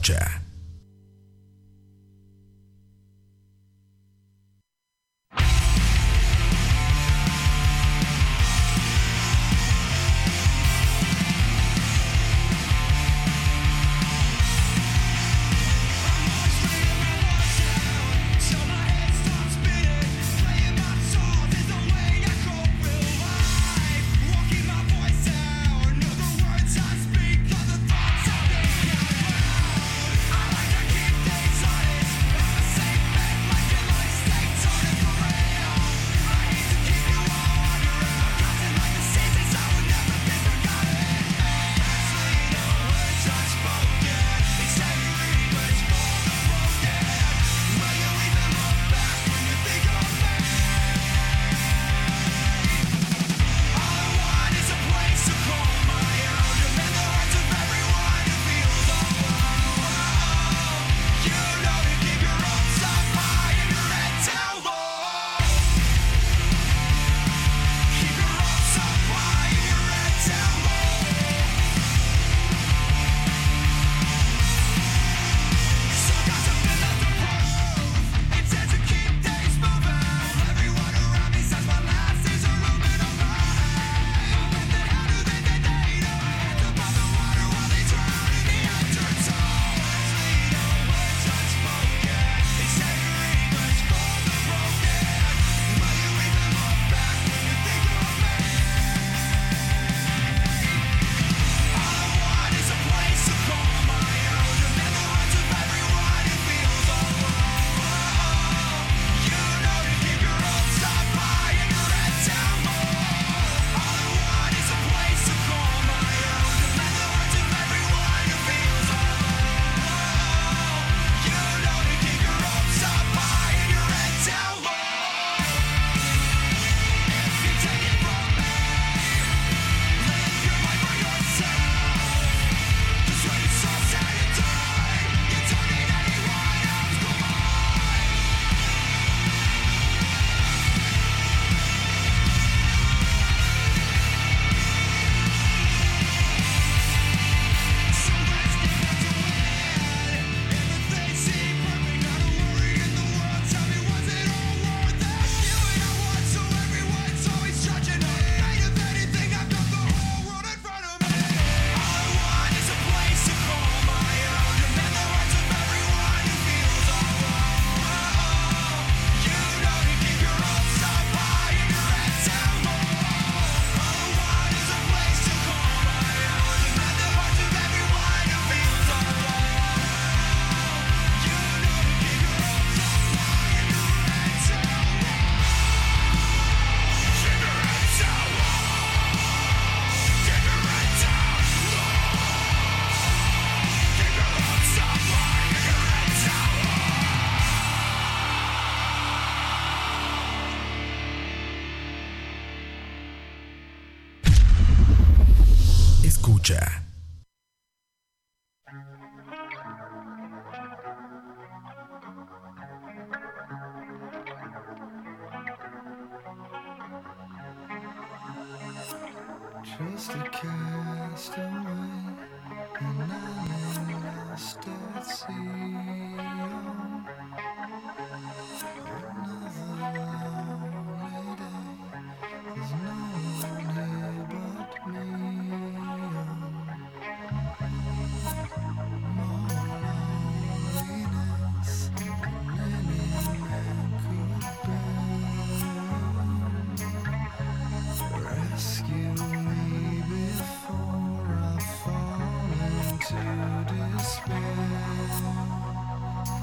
escucha. Escucha. Just a castaway, and I'm lost at sea. Another lonely day. There's no one here but me. More loneliness than any man could bear. Rescue me before I fall into despair.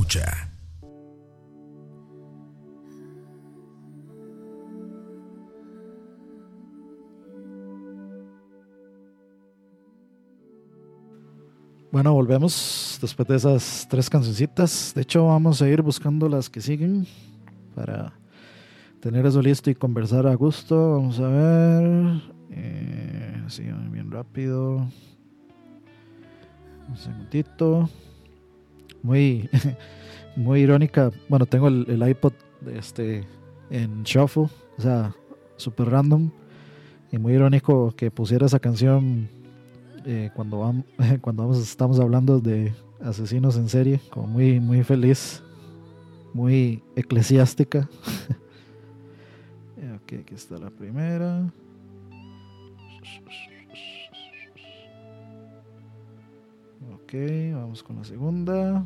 escucha. Bueno, volvemos después de esas 3 cancioncitas. De hecho, vamos a ir buscando las que siguen para tener eso listo y conversar a gusto. Vamos a ver. Sí, bien rápido. Un segundito. Muy, muy irónica. Bueno, tengo el iPod en shuffle, o sea, super random. Y muy irónico que pusiera esa canción cuando estamos hablando de asesinos en serie, como muy, muy feliz, muy eclesiástica. Ok, aquí está la primera. Ok, vamos con la segunda.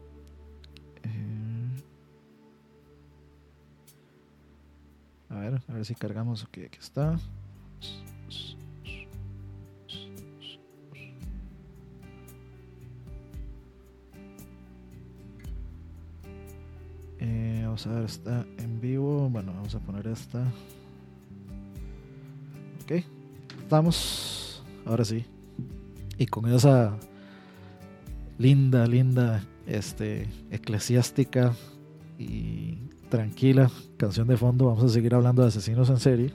A ver si cargamos. Ok, aquí está. Vamos a ver, está en vivo. Bueno, vamos a poner esta. Ok, estamos. Ahora sí. Y con esa linda, eclesiástica y tranquila canción de fondo, vamos a seguir hablando de asesinos en serie.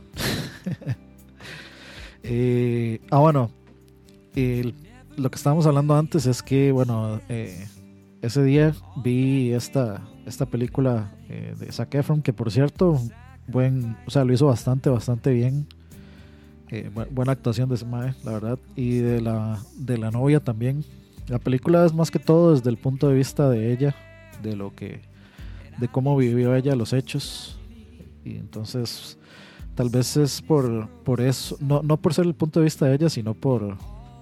Bueno, lo que estábamos hablando antes es que, bueno, ese día vi esta película de Zac Efron, que por cierto, o sea, lo hizo bastante bien. Buena actuación de ese mae, la verdad, y de la novia también. La película es más que todo desde el punto de vista de ella, de cómo vivió ella los hechos, y entonces tal vez es por eso, no por ser el punto de vista de ella, sino por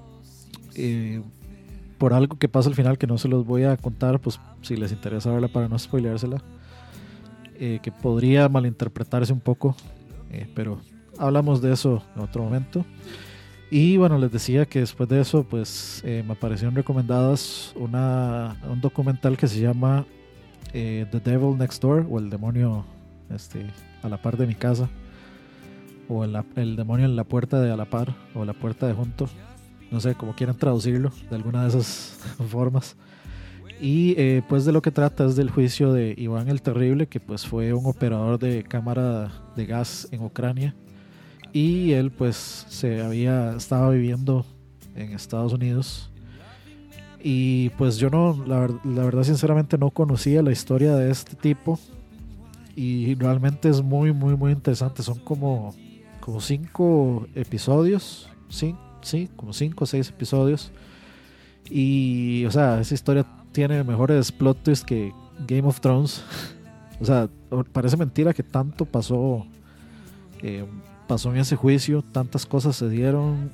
algo que pasa al final, que no se los voy a contar, pues si les interesa verla para no spoileársela, que podría malinterpretarse un poco, pero hablamos de eso en otro momento. Y bueno, les decía que después de eso, pues me aparecieron recomendadas un documental que se llama The Devil Next Door, o el demonio a la par de mi casa, o el demonio en la puerta de a la par, o la puerta de junto, no sé, como quieran traducirlo, de alguna de esas formas. Y pues de lo que trata es del juicio de Iván el Terrible, que pues fue un operador de cámara de gas en Ucrania, y él pues estaba viviendo en Estados Unidos. Y pues yo la verdad sinceramente no conocía la historia de este tipo, y realmente es muy muy muy interesante. Son como 5 episodios, sí, como 5 o 6 episodios, y o sea, esa historia tiene mejores plot twists que Game of Thrones. O sea, parece mentira que tanto pasó en ese juicio, tantas cosas se dieron,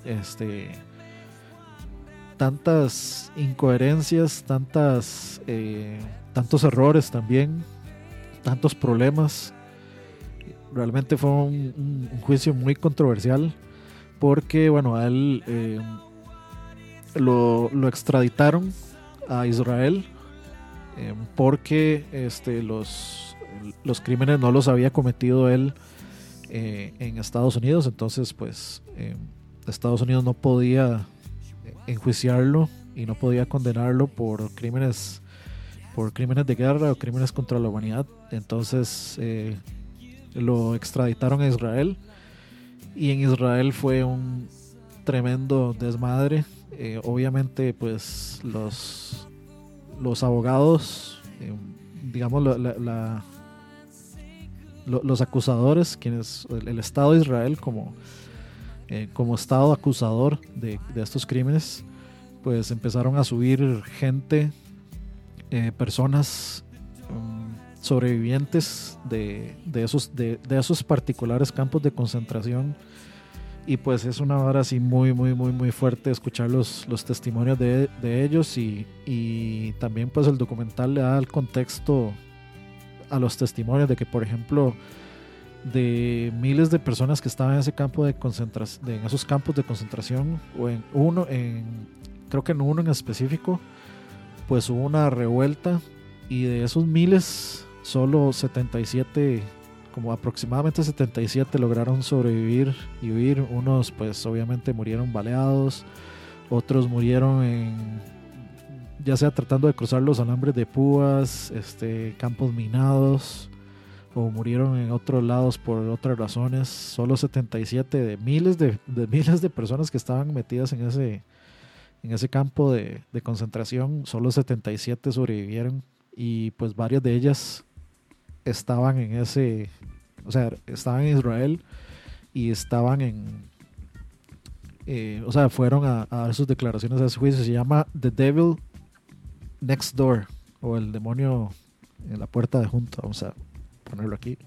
tantas incoherencias, tantos errores también, tantos problemas. Realmente fue un juicio muy controversial, porque bueno, a él lo extraditaron a Israel, porque los crímenes no los había cometido él en Estados Unidos. Entonces pues Estados Unidos no podía enjuiciarlo y no podía condenarlo por crímenes de guerra o crímenes contra la humanidad. Entonces lo extraditaron a Israel, y en Israel fue un tremendo desmadre. Obviamente pues los abogados, digamos los acusadores, el Estado de Israel como Estado acusador de estos crímenes, pues empezaron a subir gente, personas sobrevivientes de esos particulares campos de concentración. Y pues es una hora así muy muy muy muy fuerte escuchar los testimonios de ellos, y también pues el documental le da el contexto a los testimonios de que, por ejemplo, de miles de personas que estaban en ese campo de concentración, en esos campos de concentración, o creo que en uno en específico, pues hubo una revuelta y de esos miles, solo 77, como aproximadamente 77 lograron sobrevivir y huir. Unos pues obviamente murieron baleados, otros murieron ya sea tratando de cruzar los alambres de púas, campos minados, o murieron en otros lados por otras razones. Solo 77 de miles de personas que estaban metidas en ese campo de concentración, solo 77 sobrevivieron, y pues varias de ellas estaban estaban en Israel y estaban fueron a dar sus declaraciones a ese juicio. Se llama The Devil Next Door, o el demonio en la puerta de junto. Vamos a ponerlo aquí.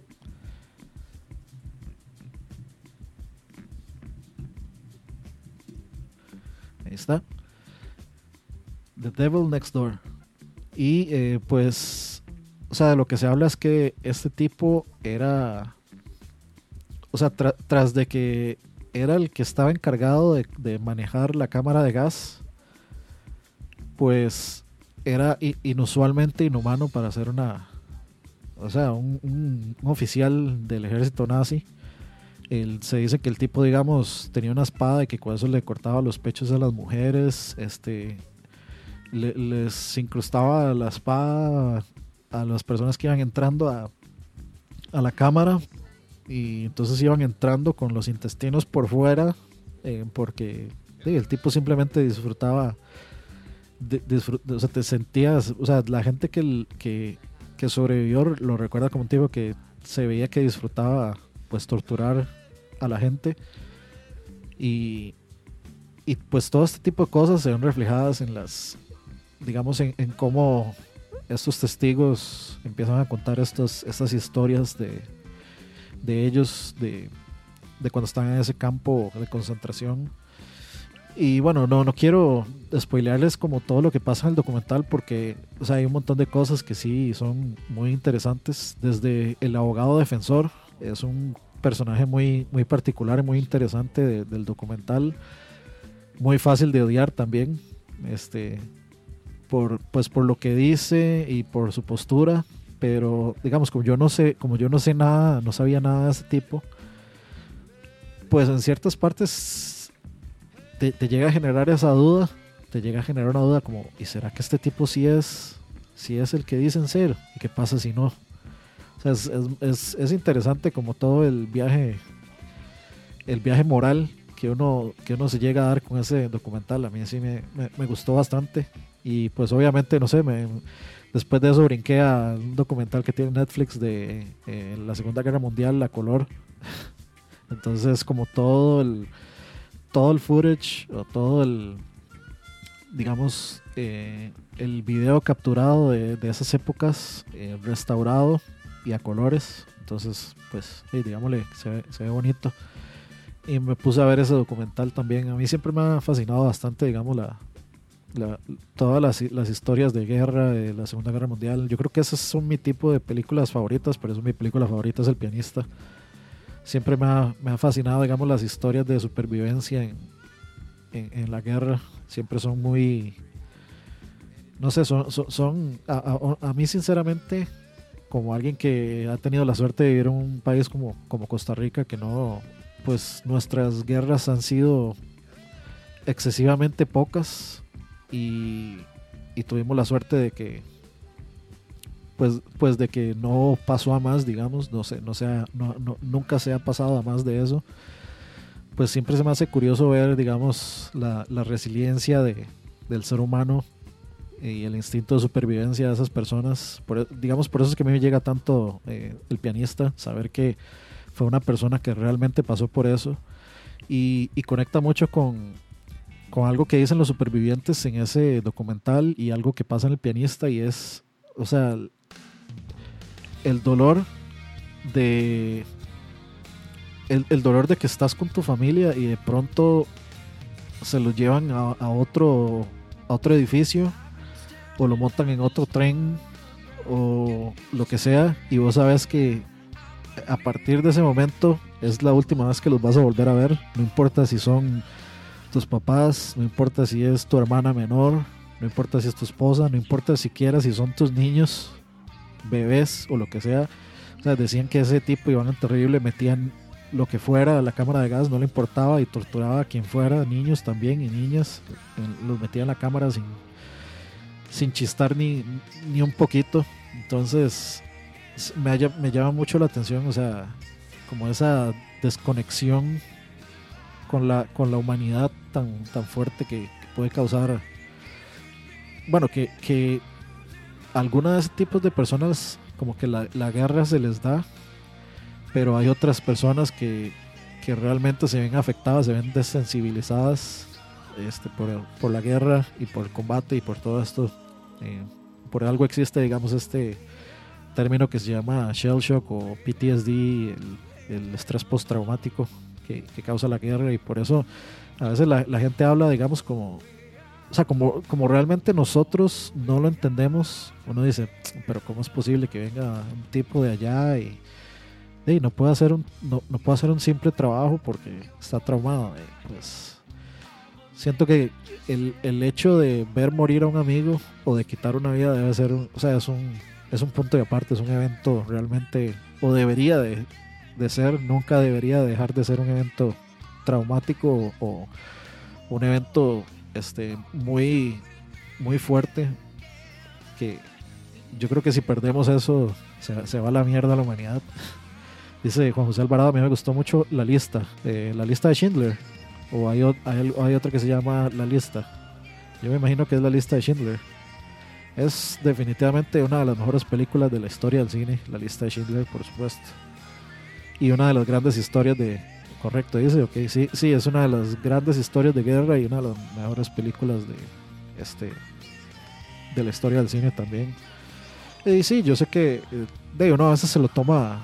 Ahí está. The Devil Next Door. Y pues, de lo que se habla es que este tipo era, tras de que era el que estaba encargado de manejar la cámara de gas, pues era inusualmente inhumano para ser un oficial del ejército nazi. Se dice que el tipo, digamos, tenía una espada y que con eso le cortaba los pechos a las mujeres, les incrustaba la espada a las personas que iban entrando a la cámara, y entonces iban entrando con los intestinos por fuera, porque el tipo simplemente disfrutaba, te sentías, la gente que sobrevivió lo recuerda como un tipo que se veía que disfrutaba pues torturar a la gente, y pues todo este tipo de cosas se ven reflejadas en en cómo estos testigos empiezan a contar estas historias de ellos, de cuando están en ese campo de concentración. Y bueno, no quiero spoilearles como todo lo que pasa en el documental, porque hay un montón de cosas que sí son muy interesantes. Desde el abogado defensor, es un personaje muy, muy particular y muy interesante del documental, muy fácil de odiar también, por lo que dice y por su postura. Pero digamos, como yo no sé nada, no sabía nada de ese tipo, pues en ciertas partes te llega a generar esa duda, te llega a generar una duda como, ¿y será que este tipo sí es el que dicen ser? ¿Y qué pasa si no? Es interesante como todo el viaje moral que uno se llega a dar con ese documental. A mí sí me gustó bastante, y pues obviamente, no sé, después de eso brinqué a un documental que tiene Netflix de la Segunda Guerra Mundial a color. Entonces, como todo el footage, o todo el, digamos, el video capturado de esas épocas, restaurado y a colores. Entonces, pues, digámosle, se ve bonito. Y me puse a ver ese documental también. A mí siempre me ha fascinado bastante, digamos, todas las historias de guerra, de la Segunda Guerra Mundial. Yo creo que esas son mi tipo de películas favoritas. Por eso mi película favorita es El Pianista. Siempre me ha fascinado, digamos, las historias de supervivencia en la guerra. Siempre son muy, no sé, son a mí sinceramente, como alguien que ha tenido la suerte de vivir en un país como Costa Rica, que no, pues nuestras guerras han sido excesivamente pocas, y tuvimos la suerte de que pues de que no pasó a más, digamos, nunca se ha pasado a más de eso. Pues siempre se me hace curioso ver, digamos, la resiliencia del ser humano y el instinto de supervivencia de esas personas. Por eso es que a mí me llega tanto El Pianista, saber que fue una persona que realmente pasó por eso, y conecta mucho con algo que dicen los supervivientes en ese documental, y algo que pasa en El Pianista, y es, el dolor de el dolor de que estás con tu familia y de pronto se lo llevan a otro edificio, o lo montan en otro tren, o lo que sea, y vos sabes que a partir de ese momento es la última vez que los vas a volver a ver. No importa si son tus papás, no importa si es tu hermana menor, no importa si es tu esposa, no importa siquiera si son tus niños, bebés o lo que sea. O sea, decían que ese tipo Iván el Terrible metían lo que fuera a la cámara de gas, no le importaba, y torturaba a quien fuera, niños también y niñas, los metía en la cámara sin chistar ni un poquito. Entonces me llama mucho la atención, o sea, como esa desconexión con la humanidad tan fuerte que puede causar, bueno, que algunos de ese tipos de personas como que la guerra se les da, pero hay otras personas que realmente se ven afectadas, se ven desensibilizadas por la guerra y por el combate y por todo esto. Por algo existe, digamos, este término que se llama shell shock o PTSD, el estrés postraumático que causa la guerra, y por eso a veces la gente habla, digamos, como, o sea, como realmente nosotros no lo entendemos. Uno dice, pero ¿cómo es posible que venga un tipo de allá y no puede hacer no puede hacer un simple trabajo porque está traumado? Pues siento que el hecho de ver morir a un amigo o de quitar una vida debe ser o sea, es un punto de aparte, es un evento realmente, o debería de ser, nunca debería dejar de ser un evento traumático o un evento muy muy fuerte, que yo creo que si perdemos eso se va a la mierda la humanidad. Dice Juan José Alvarado, a mí me gustó mucho la lista de Schindler, o hay otra que se llama La Lista. Yo me imagino que es La Lista de Schindler. Es definitivamente una de las mejores películas de la historia del cine, La Lista de Schindler, por supuesto. Y una de las grandes historias correcto, dice, ok, sí, es una de las grandes historias de guerra y una de las mejores películas de la historia del cine también. Y sí, yo sé que uno a veces se lo toma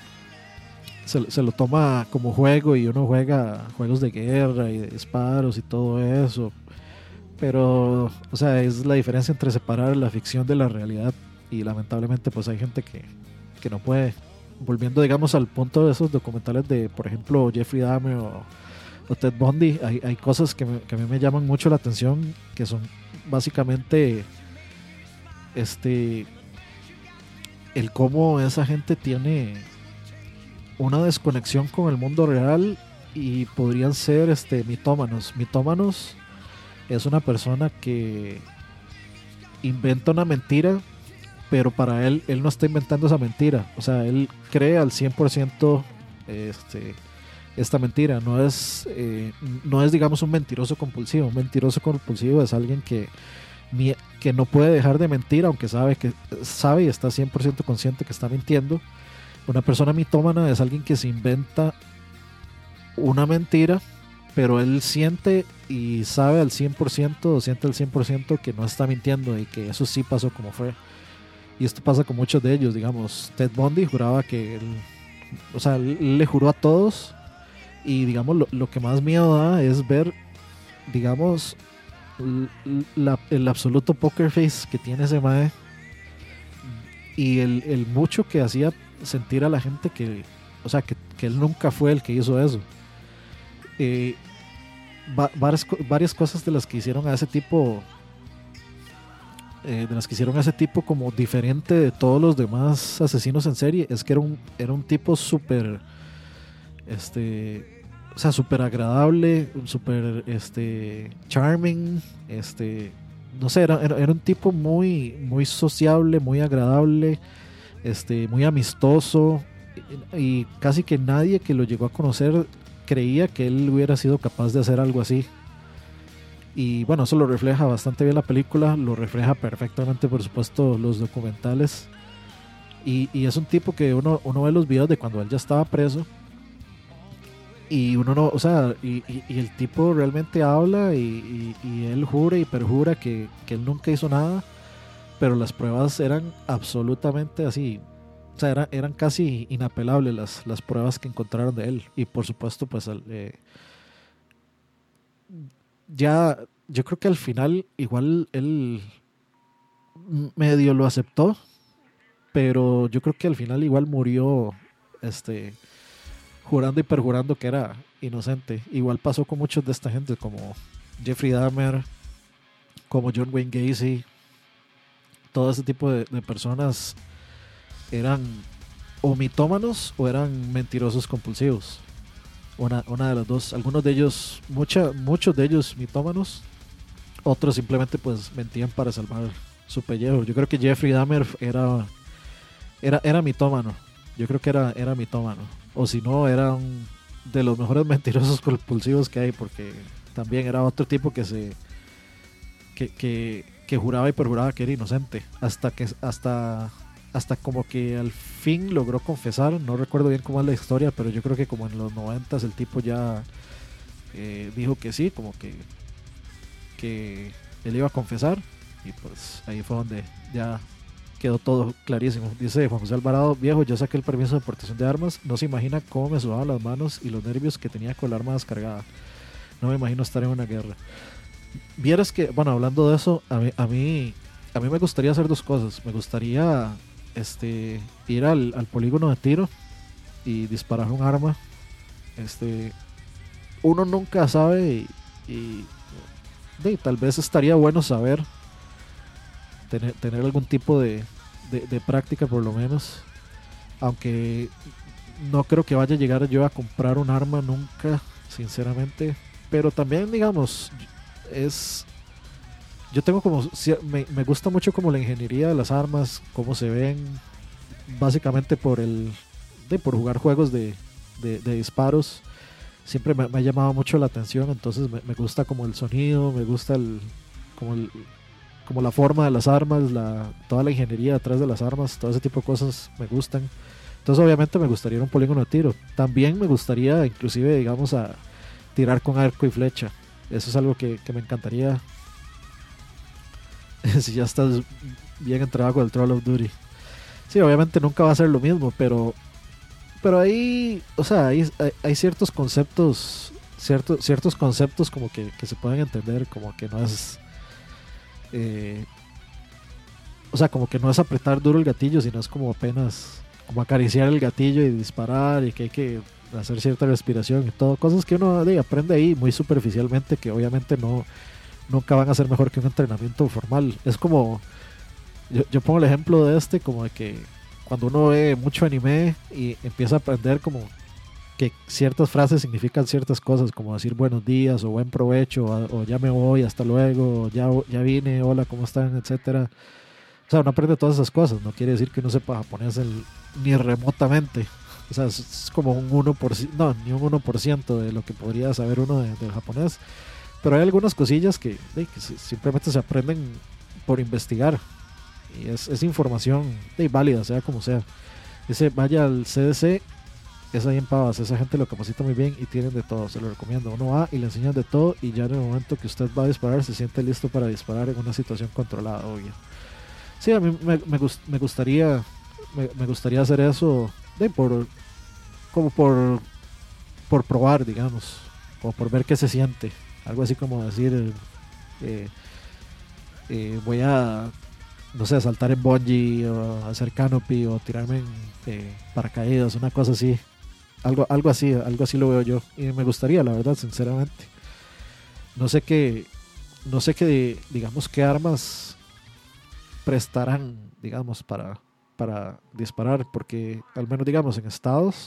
como juego, y uno juega juegos de guerra y de disparos y todo eso, pero, o sea, es la diferencia entre separar la ficción de la realidad, y lamentablemente pues hay gente que no puede. Volviendo, digamos, al punto de esos documentales de, por ejemplo, Jeffrey Dahmer o Ted Bundy, hay cosas que a mí me llaman mucho la atención, que son básicamente el cómo esa gente tiene una desconexión con el mundo real y podrían ser mitómanos. Mitómanos es una persona que inventa una mentira, pero para él no está inventando esa mentira. O sea, él cree al 100% esta mentira. No es, digamos, un mentiroso compulsivo. Un mentiroso compulsivo es alguien que no puede dejar de mentir, aunque sabe y está 100% consciente que está mintiendo. Una persona mitómana es alguien que se inventa una mentira, pero él siente y sabe al 100%, o siente al 100% que no está mintiendo y que eso sí pasó como fue. Y esto pasa con muchos de ellos, digamos. Ted Bundy juraba que él le juró a todos, y digamos lo que más miedo da es ver, digamos, el absoluto poker face que tiene ese mae, y el mucho que hacía sentir a la gente que él nunca fue el que hizo eso. Varias cosas de las que hicieron a ese tipo, como diferente de todos los demás asesinos en serie, es que era un tipo súper súper agradable, súper charming, no sé, era un tipo muy muy sociable, muy agradable, muy amistoso, y casi que nadie que lo llegó a conocer creía que él hubiera sido capaz de hacer algo así. Y bueno, eso lo refleja bastante bien la película, lo refleja perfectamente, por supuesto, los documentales. Y es un tipo que uno ve los videos de cuando él ya estaba preso, y uno no, o sea, y el tipo realmente habla, y él jura y perjura que él nunca hizo nada, pero las pruebas eran absolutamente así. O sea, eran casi inapelables las pruebas que encontraron de él. Y por supuesto, pues ya yo creo que al final igual él medio lo aceptó, pero yo creo que al final igual murió jurando y perjurando que era inocente. Igual pasó con muchos de esta gente, como Jeffrey Dahmer, como John Wayne Gacy, todo ese tipo de personas eran o mitómanos o eran mentirosos compulsivos. Una de las dos. Algunos de ellos, muchos de ellos mitómanos, otros simplemente pues mentían para salvar su pellejo. Yo creo que Jeffrey Dahmer era mitómano. Yo creo que era mitómano. O si no, era de los mejores mentirosos compulsivos que hay, porque también era otro tipo que juraba y perjuraba que era inocente. Hasta como que al fin logró confesar. No recuerdo bien cómo es la historia, pero yo creo que como en los 90 el tipo ya dijo que sí, como que él iba a confesar, y pues ahí fue donde ya quedó todo clarísimo. Dice Juan José Alvarado: viejo, yo saqué el permiso de portación de armas, no se imagina cómo me sudaban las manos y los nervios que tenía con la arma descargada. No me imagino estar en una guerra. Vieras que, bueno, hablando de eso, a mí me gustaría hacer dos cosas. Me gustaría ir al polígono de tiro y disparar un arma. Uno nunca sabe y tal vez estaría bueno saber tener algún tipo de práctica, por lo menos, aunque no creo que vaya a llegar yo a comprar un arma nunca, sinceramente. Pero también, digamos, yo tengo como, me gusta mucho como la ingeniería de las armas, cómo se ven, básicamente por jugar juegos de disparos. Siempre me ha llamado mucho la atención, entonces me gusta como el sonido, me gusta como la forma de las armas, toda la ingeniería detrás de las armas, todo ese tipo de cosas me gustan. Entonces obviamente me gustaría ir a un polígono de tiro. También me gustaría inclusive, digamos, a tirar con arco y flecha. Eso es algo que me encantaría. Si ya estás bien entrado con el Call of Duty. Sí, obviamente nunca va a ser lo mismo, pero ahí, o sea, hay ciertos conceptos, ciertos conceptos como que se pueden entender, como que no es o sea, como que no es apretar duro el gatillo, sino es como apenas como acariciar el gatillo y disparar, y que hay que hacer cierta respiración y todo, cosas que uno aprende ahí muy superficialmente, que obviamente nunca van a ser mejor que un entrenamiento formal. Es como, yo pongo el ejemplo de como de que cuando uno ve mucho anime y empieza a aprender como que ciertas frases significan ciertas cosas, como decir buenos días o buen provecho, o ya me voy, hasta luego, o ya vine, hola, ¿cómo están?, etcétera. O sea, uno aprende todas esas cosas. No quiere decir que uno sepa japonés ni remotamente. O sea, es como un 1%, no, ni un 1% de lo que podría saber uno del japonés. Pero hay algunas cosillas que simplemente se aprenden por investigar. Y es información válida, sea como sea. Vaya al CDC, es ahí en Pavas. Esa gente lo capacita muy bien y tienen de todo. Se lo recomiendo. Uno va y le enseñan de todo, y ya en el momento que usted va a disparar, se siente listo para disparar en una situación controlada, obvio. Sí, a mí me gustaría hacer eso por probar, digamos, como por ver qué se siente. Algo así como decir, voy a, no sé, saltar en bungee, o hacer canopy, o tirarme en paracaídas, una cosa así. Algo así lo veo yo. Y me gustaría, la verdad, sinceramente. No sé qué, digamos, qué armas prestarán, digamos, para disparar, porque al menos, digamos, en Estados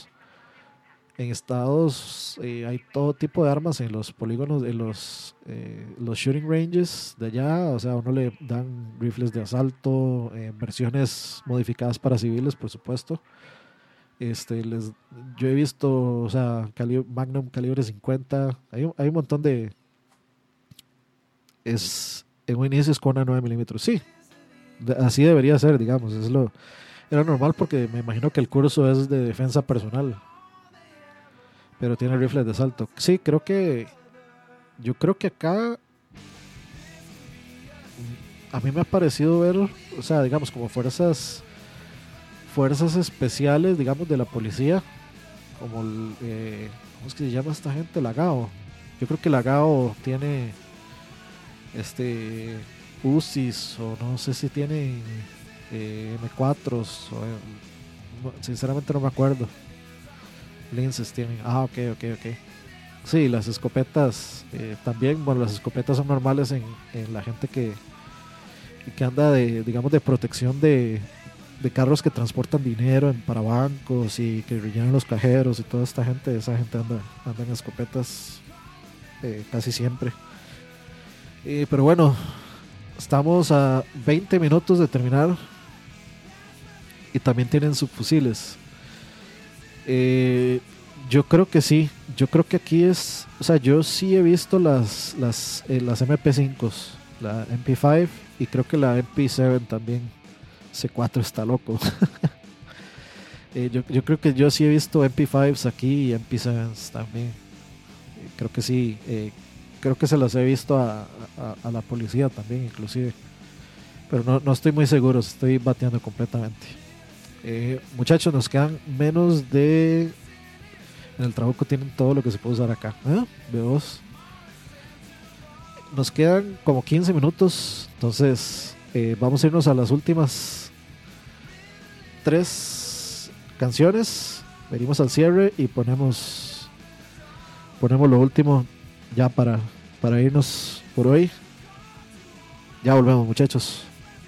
hay todo tipo de armas en los polígonos, en los shooting ranges de allá. O sea, a uno le dan rifles de asalto, versiones modificadas para civiles, por supuesto. Yo he visto, o sea, Magnum calibre 50. Hay un montón de... En un inicio es con una 9 milímetros. Sí, así debería ser, digamos. Era normal, porque me imagino que el curso es de defensa personal, pero tiene rifles de asalto. Sí, yo creo que acá a mí me ha parecido ver, o sea, digamos, como fuerzas especiales, digamos, de la policía, como ¿cómo es que se llama esta gente? La GAO. Yo creo que la GAO tiene UCIs, o no sé si tienen M4s, sinceramente no me acuerdo. Linces tienen. Ok. Sí, las escopetas también, bueno, las escopetas son normales en la gente que anda de, digamos, de protección de carros que transportan dinero para bancos y que rellenan los cajeros y toda esta gente, esa gente anda en escopetas casi siempre. Pero bueno, estamos a 20 minutos de terminar y también tienen subfusiles. Yo creo que sí, yo creo que aquí es, o sea, yo sí he visto las MP5s, la MP5 y creo que la MP7 también. C4 está loco. Yo creo que yo sí he visto MP5s aquí y MP7s también. Creo que sí, creo que se las he visto a la policía también inclusive. Pero no estoy muy seguro, estoy bateando completamente. Muchachos, nos quedan menos de... En el trabajo tienen todo lo que se puede usar acá. Veos. Nos quedan como 15 minutos. Entonces vamos a irnos a las últimas 3 canciones. Venimos al cierre y ponemos lo último ya para irnos por hoy. Ya volvemos, muchachos.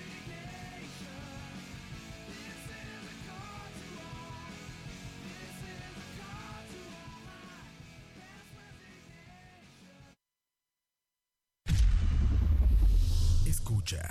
Escucha.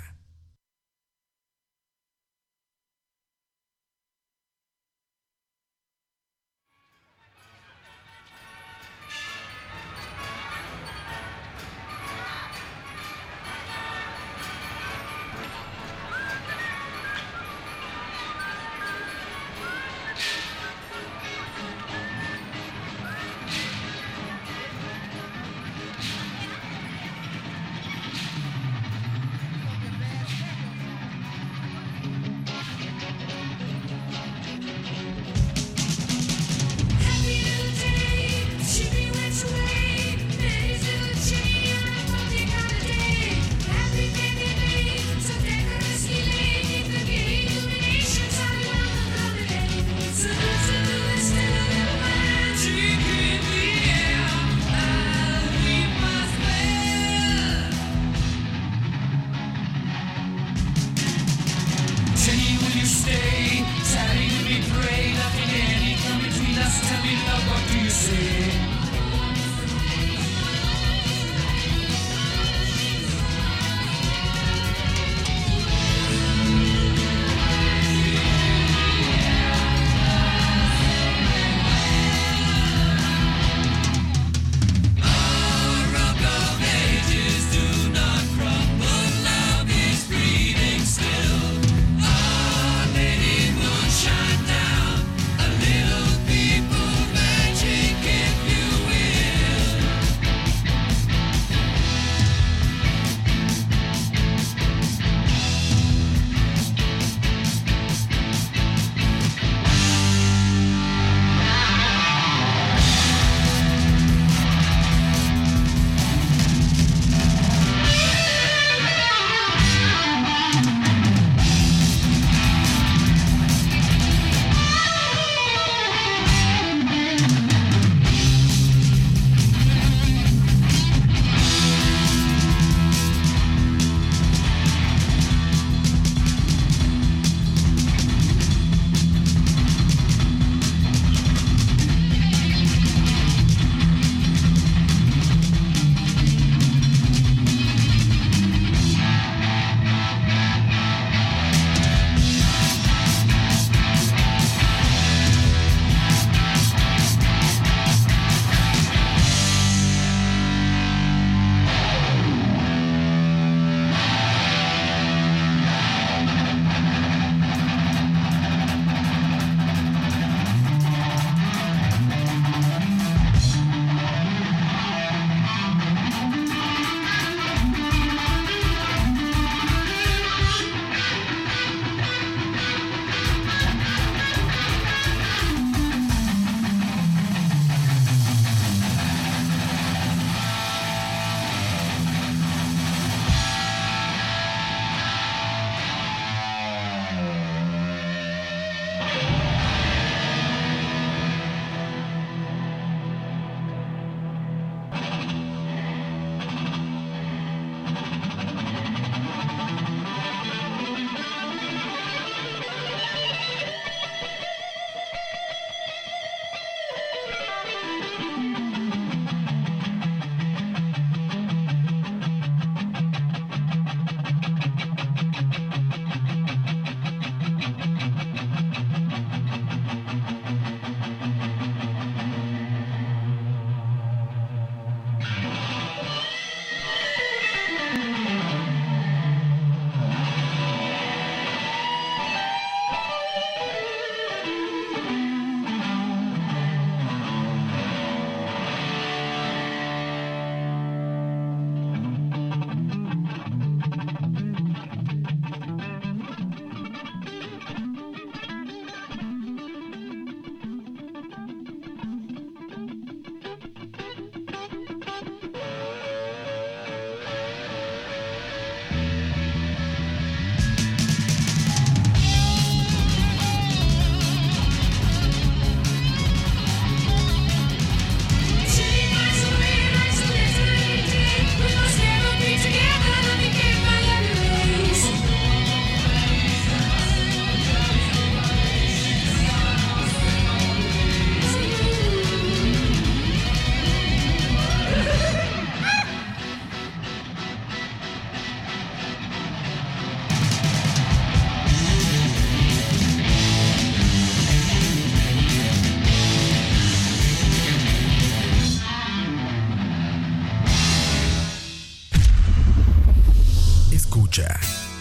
escucha.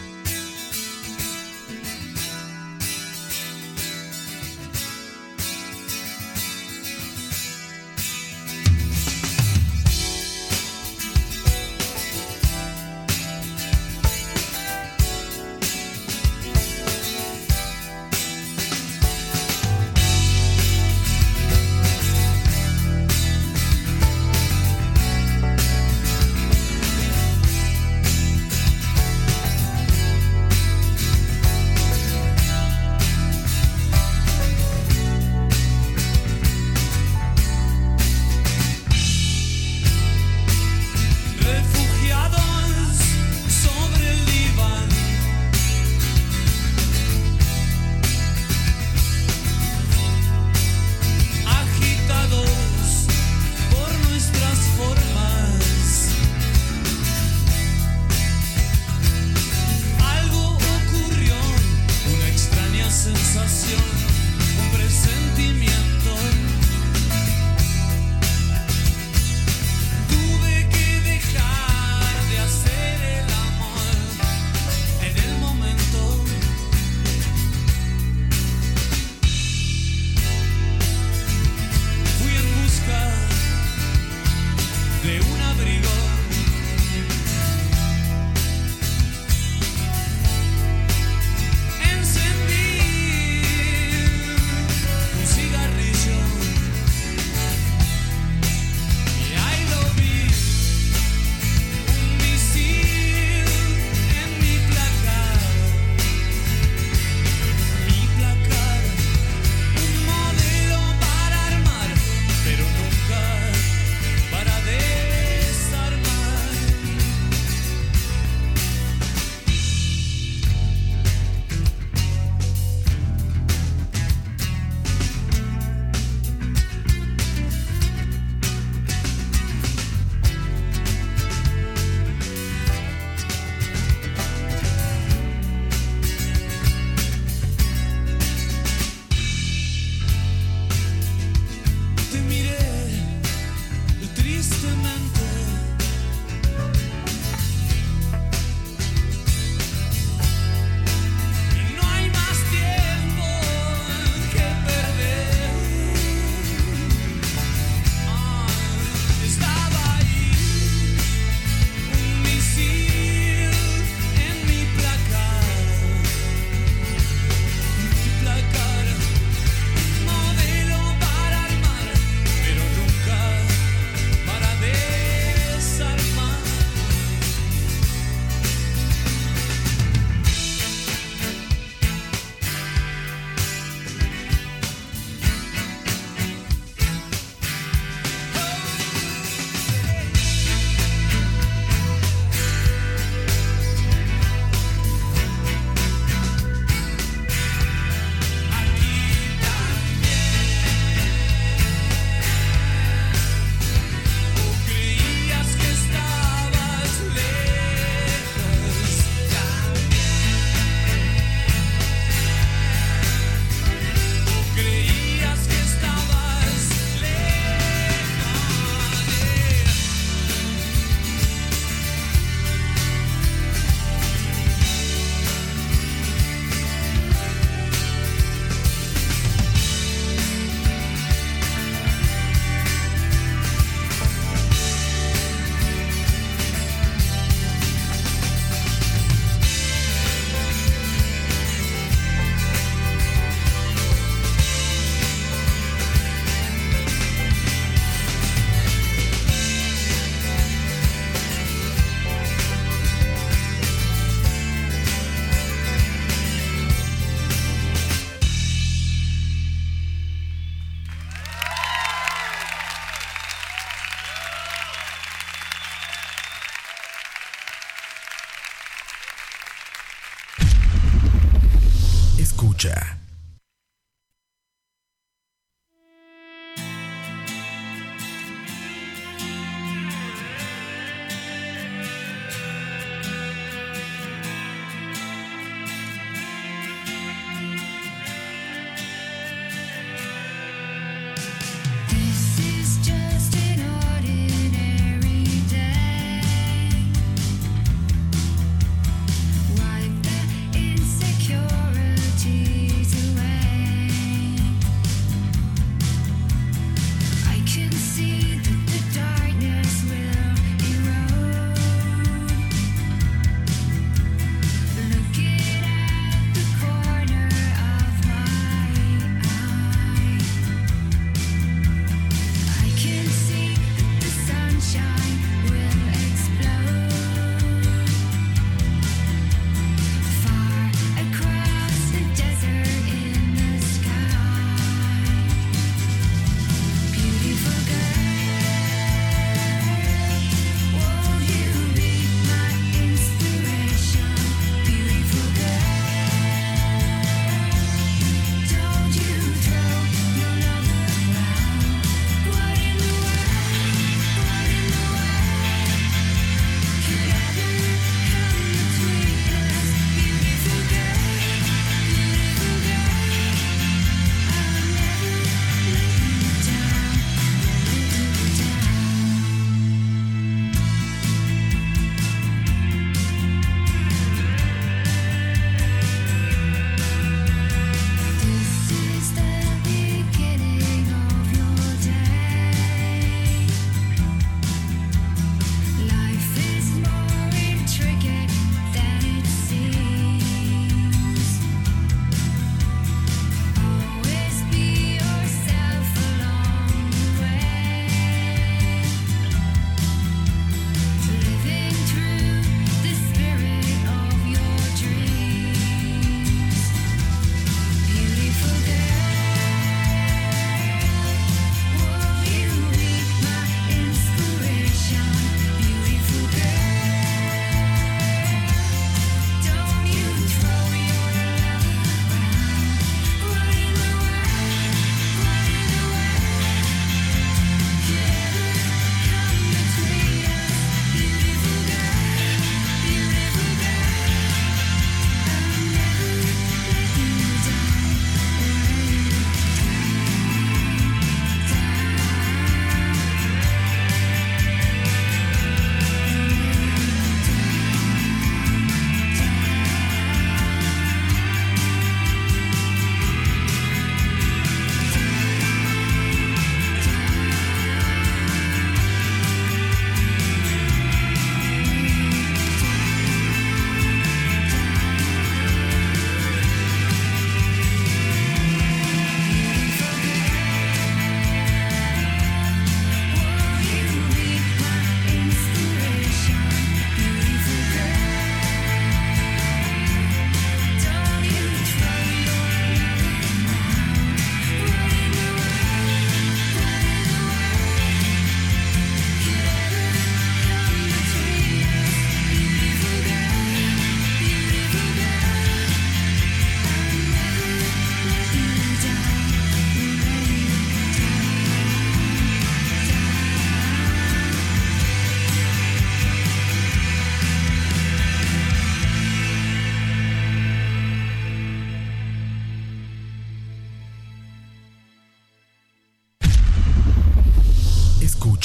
escucha.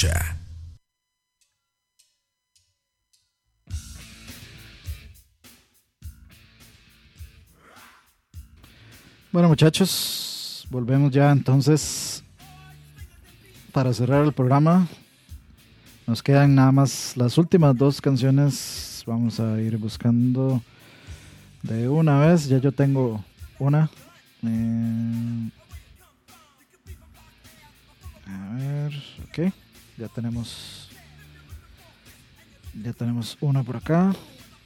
escucha. Bueno, muchachos, volvemos ya entonces para cerrar el programa. Nos quedan nada más las últimas dos canciones. Vamos a ir buscando de una vez. Ya yo tengo una. A ver, ok. Ya tenemos una por acá.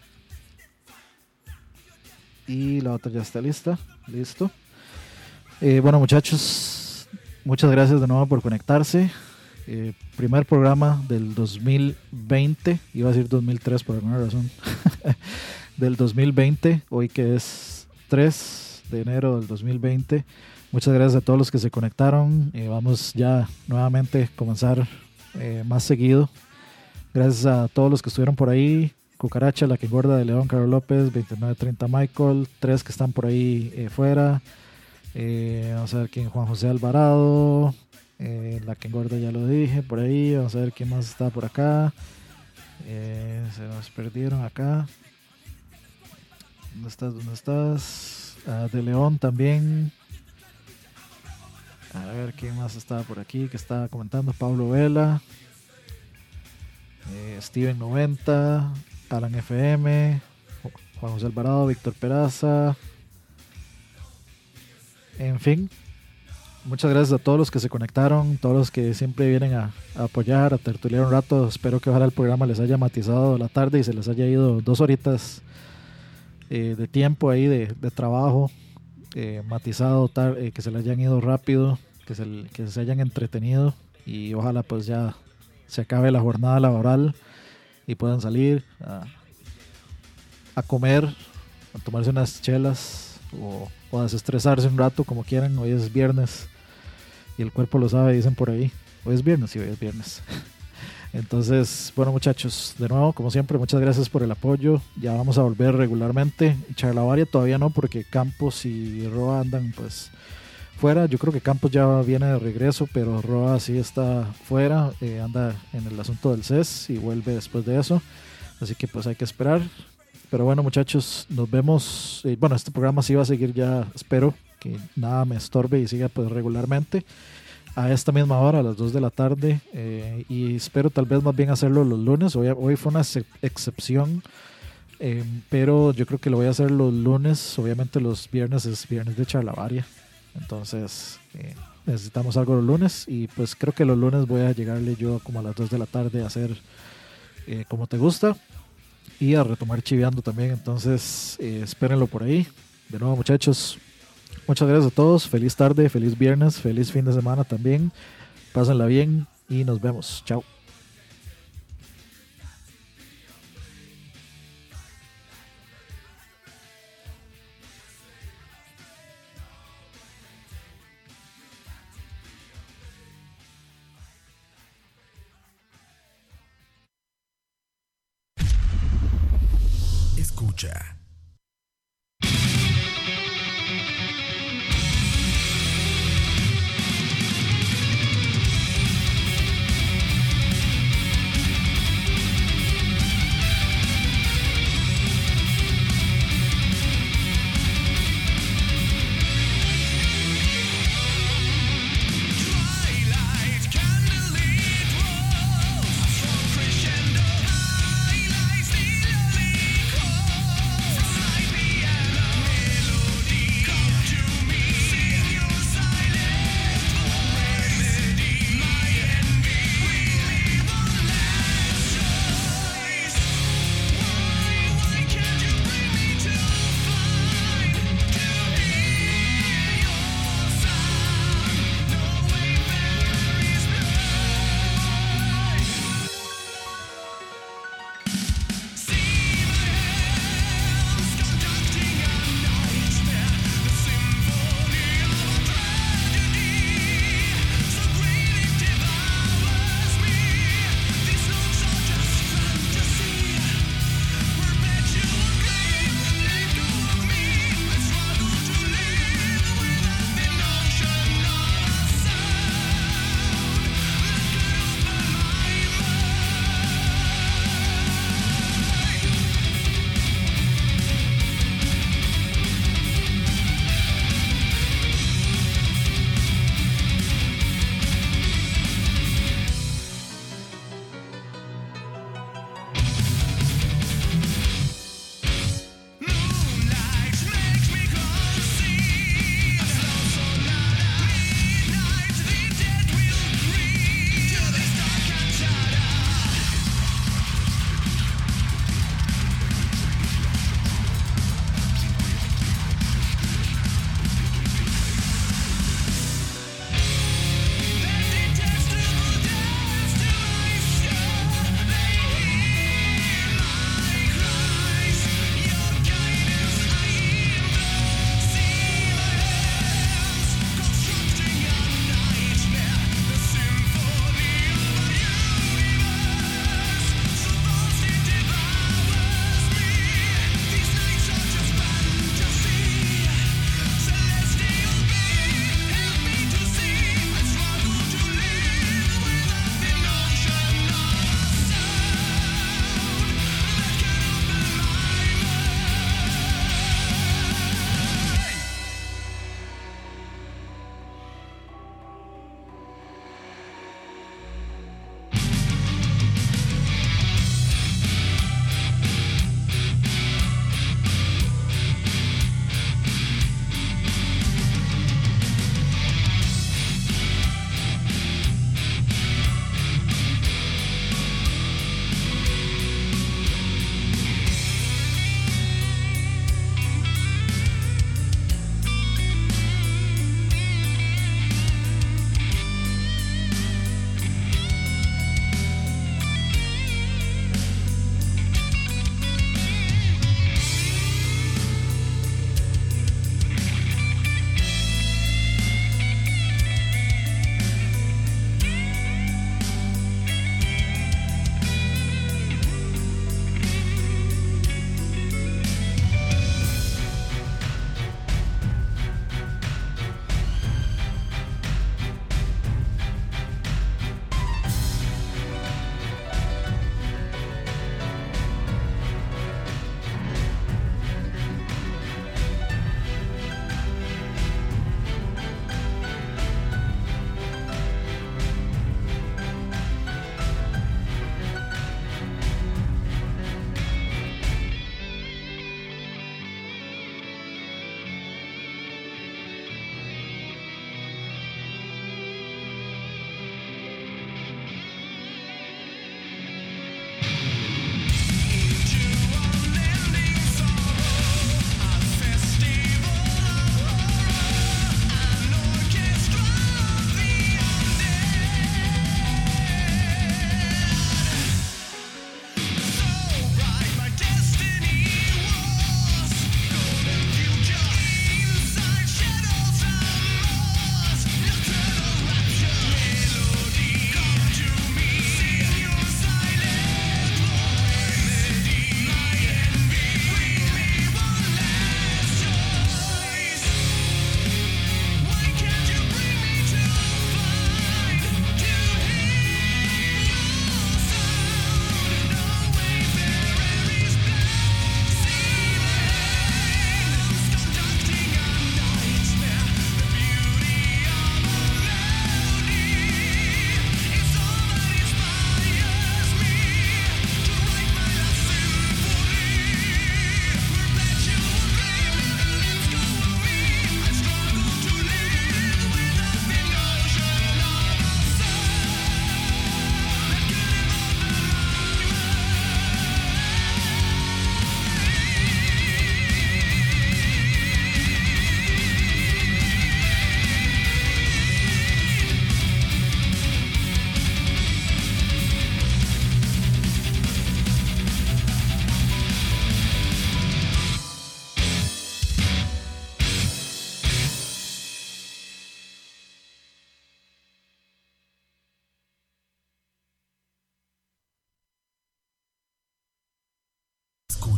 Y la otra ya está lista. Listo. Bueno, muchachos, muchas gracias de nuevo por conectarse. Primer programa del 2020. Iba a decir 2003 por alguna razón. Del 2020. Hoy que es 3 de enero del 2020. Muchas gracias a todos los que se conectaron. Vamos ya nuevamente a comenzar más seguido. Gracias a todos los que estuvieron por ahí. Cucaracha, La que engorda de León, Carlos López, 2930 Michael, 3 que están por ahí fuera. Vamos a ver quién, Juan José Alvarado, La que engorda ya lo dije, por ahí. Vamos a ver quién más está por acá. Se nos perdieron acá. ¿Dónde estás? De León también. A ver quién más estaba por aquí que estaba comentando. Pablo Vela, Steven 90, Alan FM, Juan José Alvarado, Víctor Peraza. En fin, muchas gracias a todos los que se conectaron, todos los que siempre vienen a apoyar, a tertuliar un rato. Espero que ojalá el programa les haya matizado la tarde y se les haya ido 2 horitas de tiempo ahí de trabajo. Matizado, que se le hayan ido rápido, que se hayan entretenido y ojalá pues ya se acabe la jornada laboral y puedan salir a comer, a tomarse unas chelas o a desestresarse un rato como quieran. Hoy es viernes y el cuerpo lo sabe, dicen por ahí. Hoy es viernes, sí, hoy es viernes. Entonces, bueno, muchachos, de nuevo, como siempre, muchas gracias por el apoyo. Ya vamos a volver regularmente. Charlavaria todavía no, porque Campos y Roa andan pues fuera. Yo creo que Campos ya viene de regreso, pero Roa sí está fuera, anda en el asunto del CES y vuelve después de eso. Así que pues hay que esperar. Pero bueno, muchachos, nos vemos. Bueno, este programa sí va a seguir ya, espero que nada me estorbe y siga pues regularmente a esta misma hora, a las 2 de la tarde, y espero tal vez más bien hacerlo los lunes. Hoy fue una excepción, pero yo creo que lo voy a hacer los lunes. Obviamente los viernes es viernes de charlavaria, entonces necesitamos algo los lunes, y pues creo que los lunes voy a llegarle yo como a las 2 de la tarde a hacer Como Te Gusta y a retomar chiveando también. Entonces espérenlo por ahí. De nuevo, muchachos, muchas gracias a todos. Feliz tarde, feliz viernes, feliz fin de semana también. Pásenla bien y nos vemos. Chao. Escucha.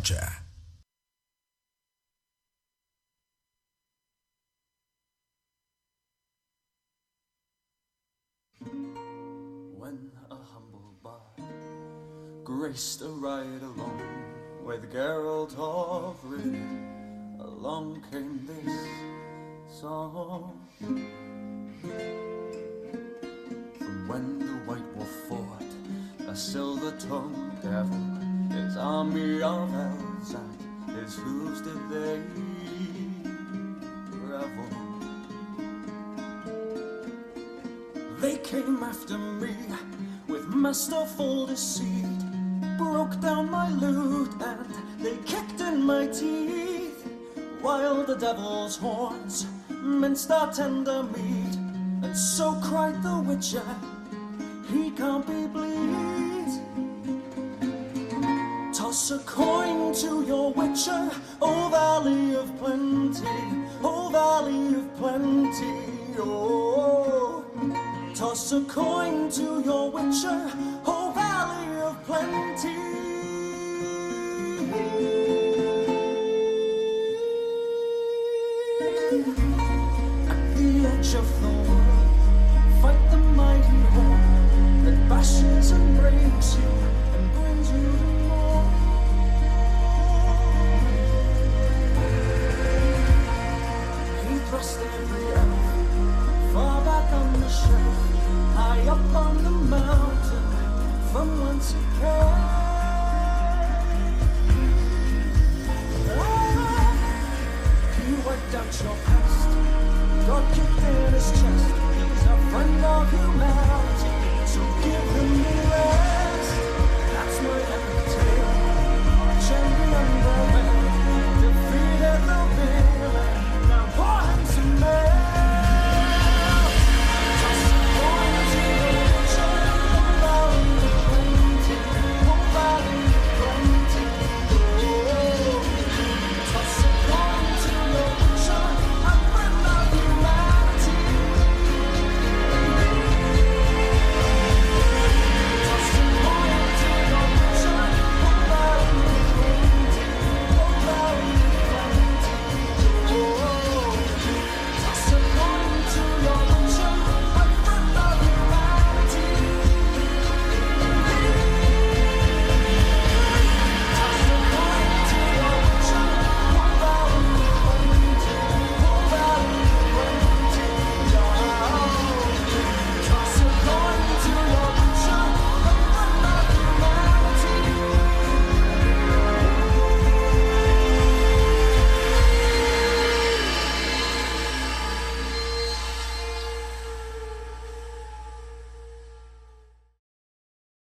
escucha. When a humble bard graced a ride along with Geralt of Rivia, along came this song. From when the White Wolf fought a silver-tongued devil, his army of elves at his hooves did they revel. They came after me with masterful deceit, broke down my loot and they kicked in my teeth, while the devil's horns minced our tender meat. And so cried the Witcher, he can't be bleed. Toss a coin to your Witcher, O Valley of Plenty, O Valley of Plenty, oh. Toss a coin to your Witcher, O Valley of Plenty.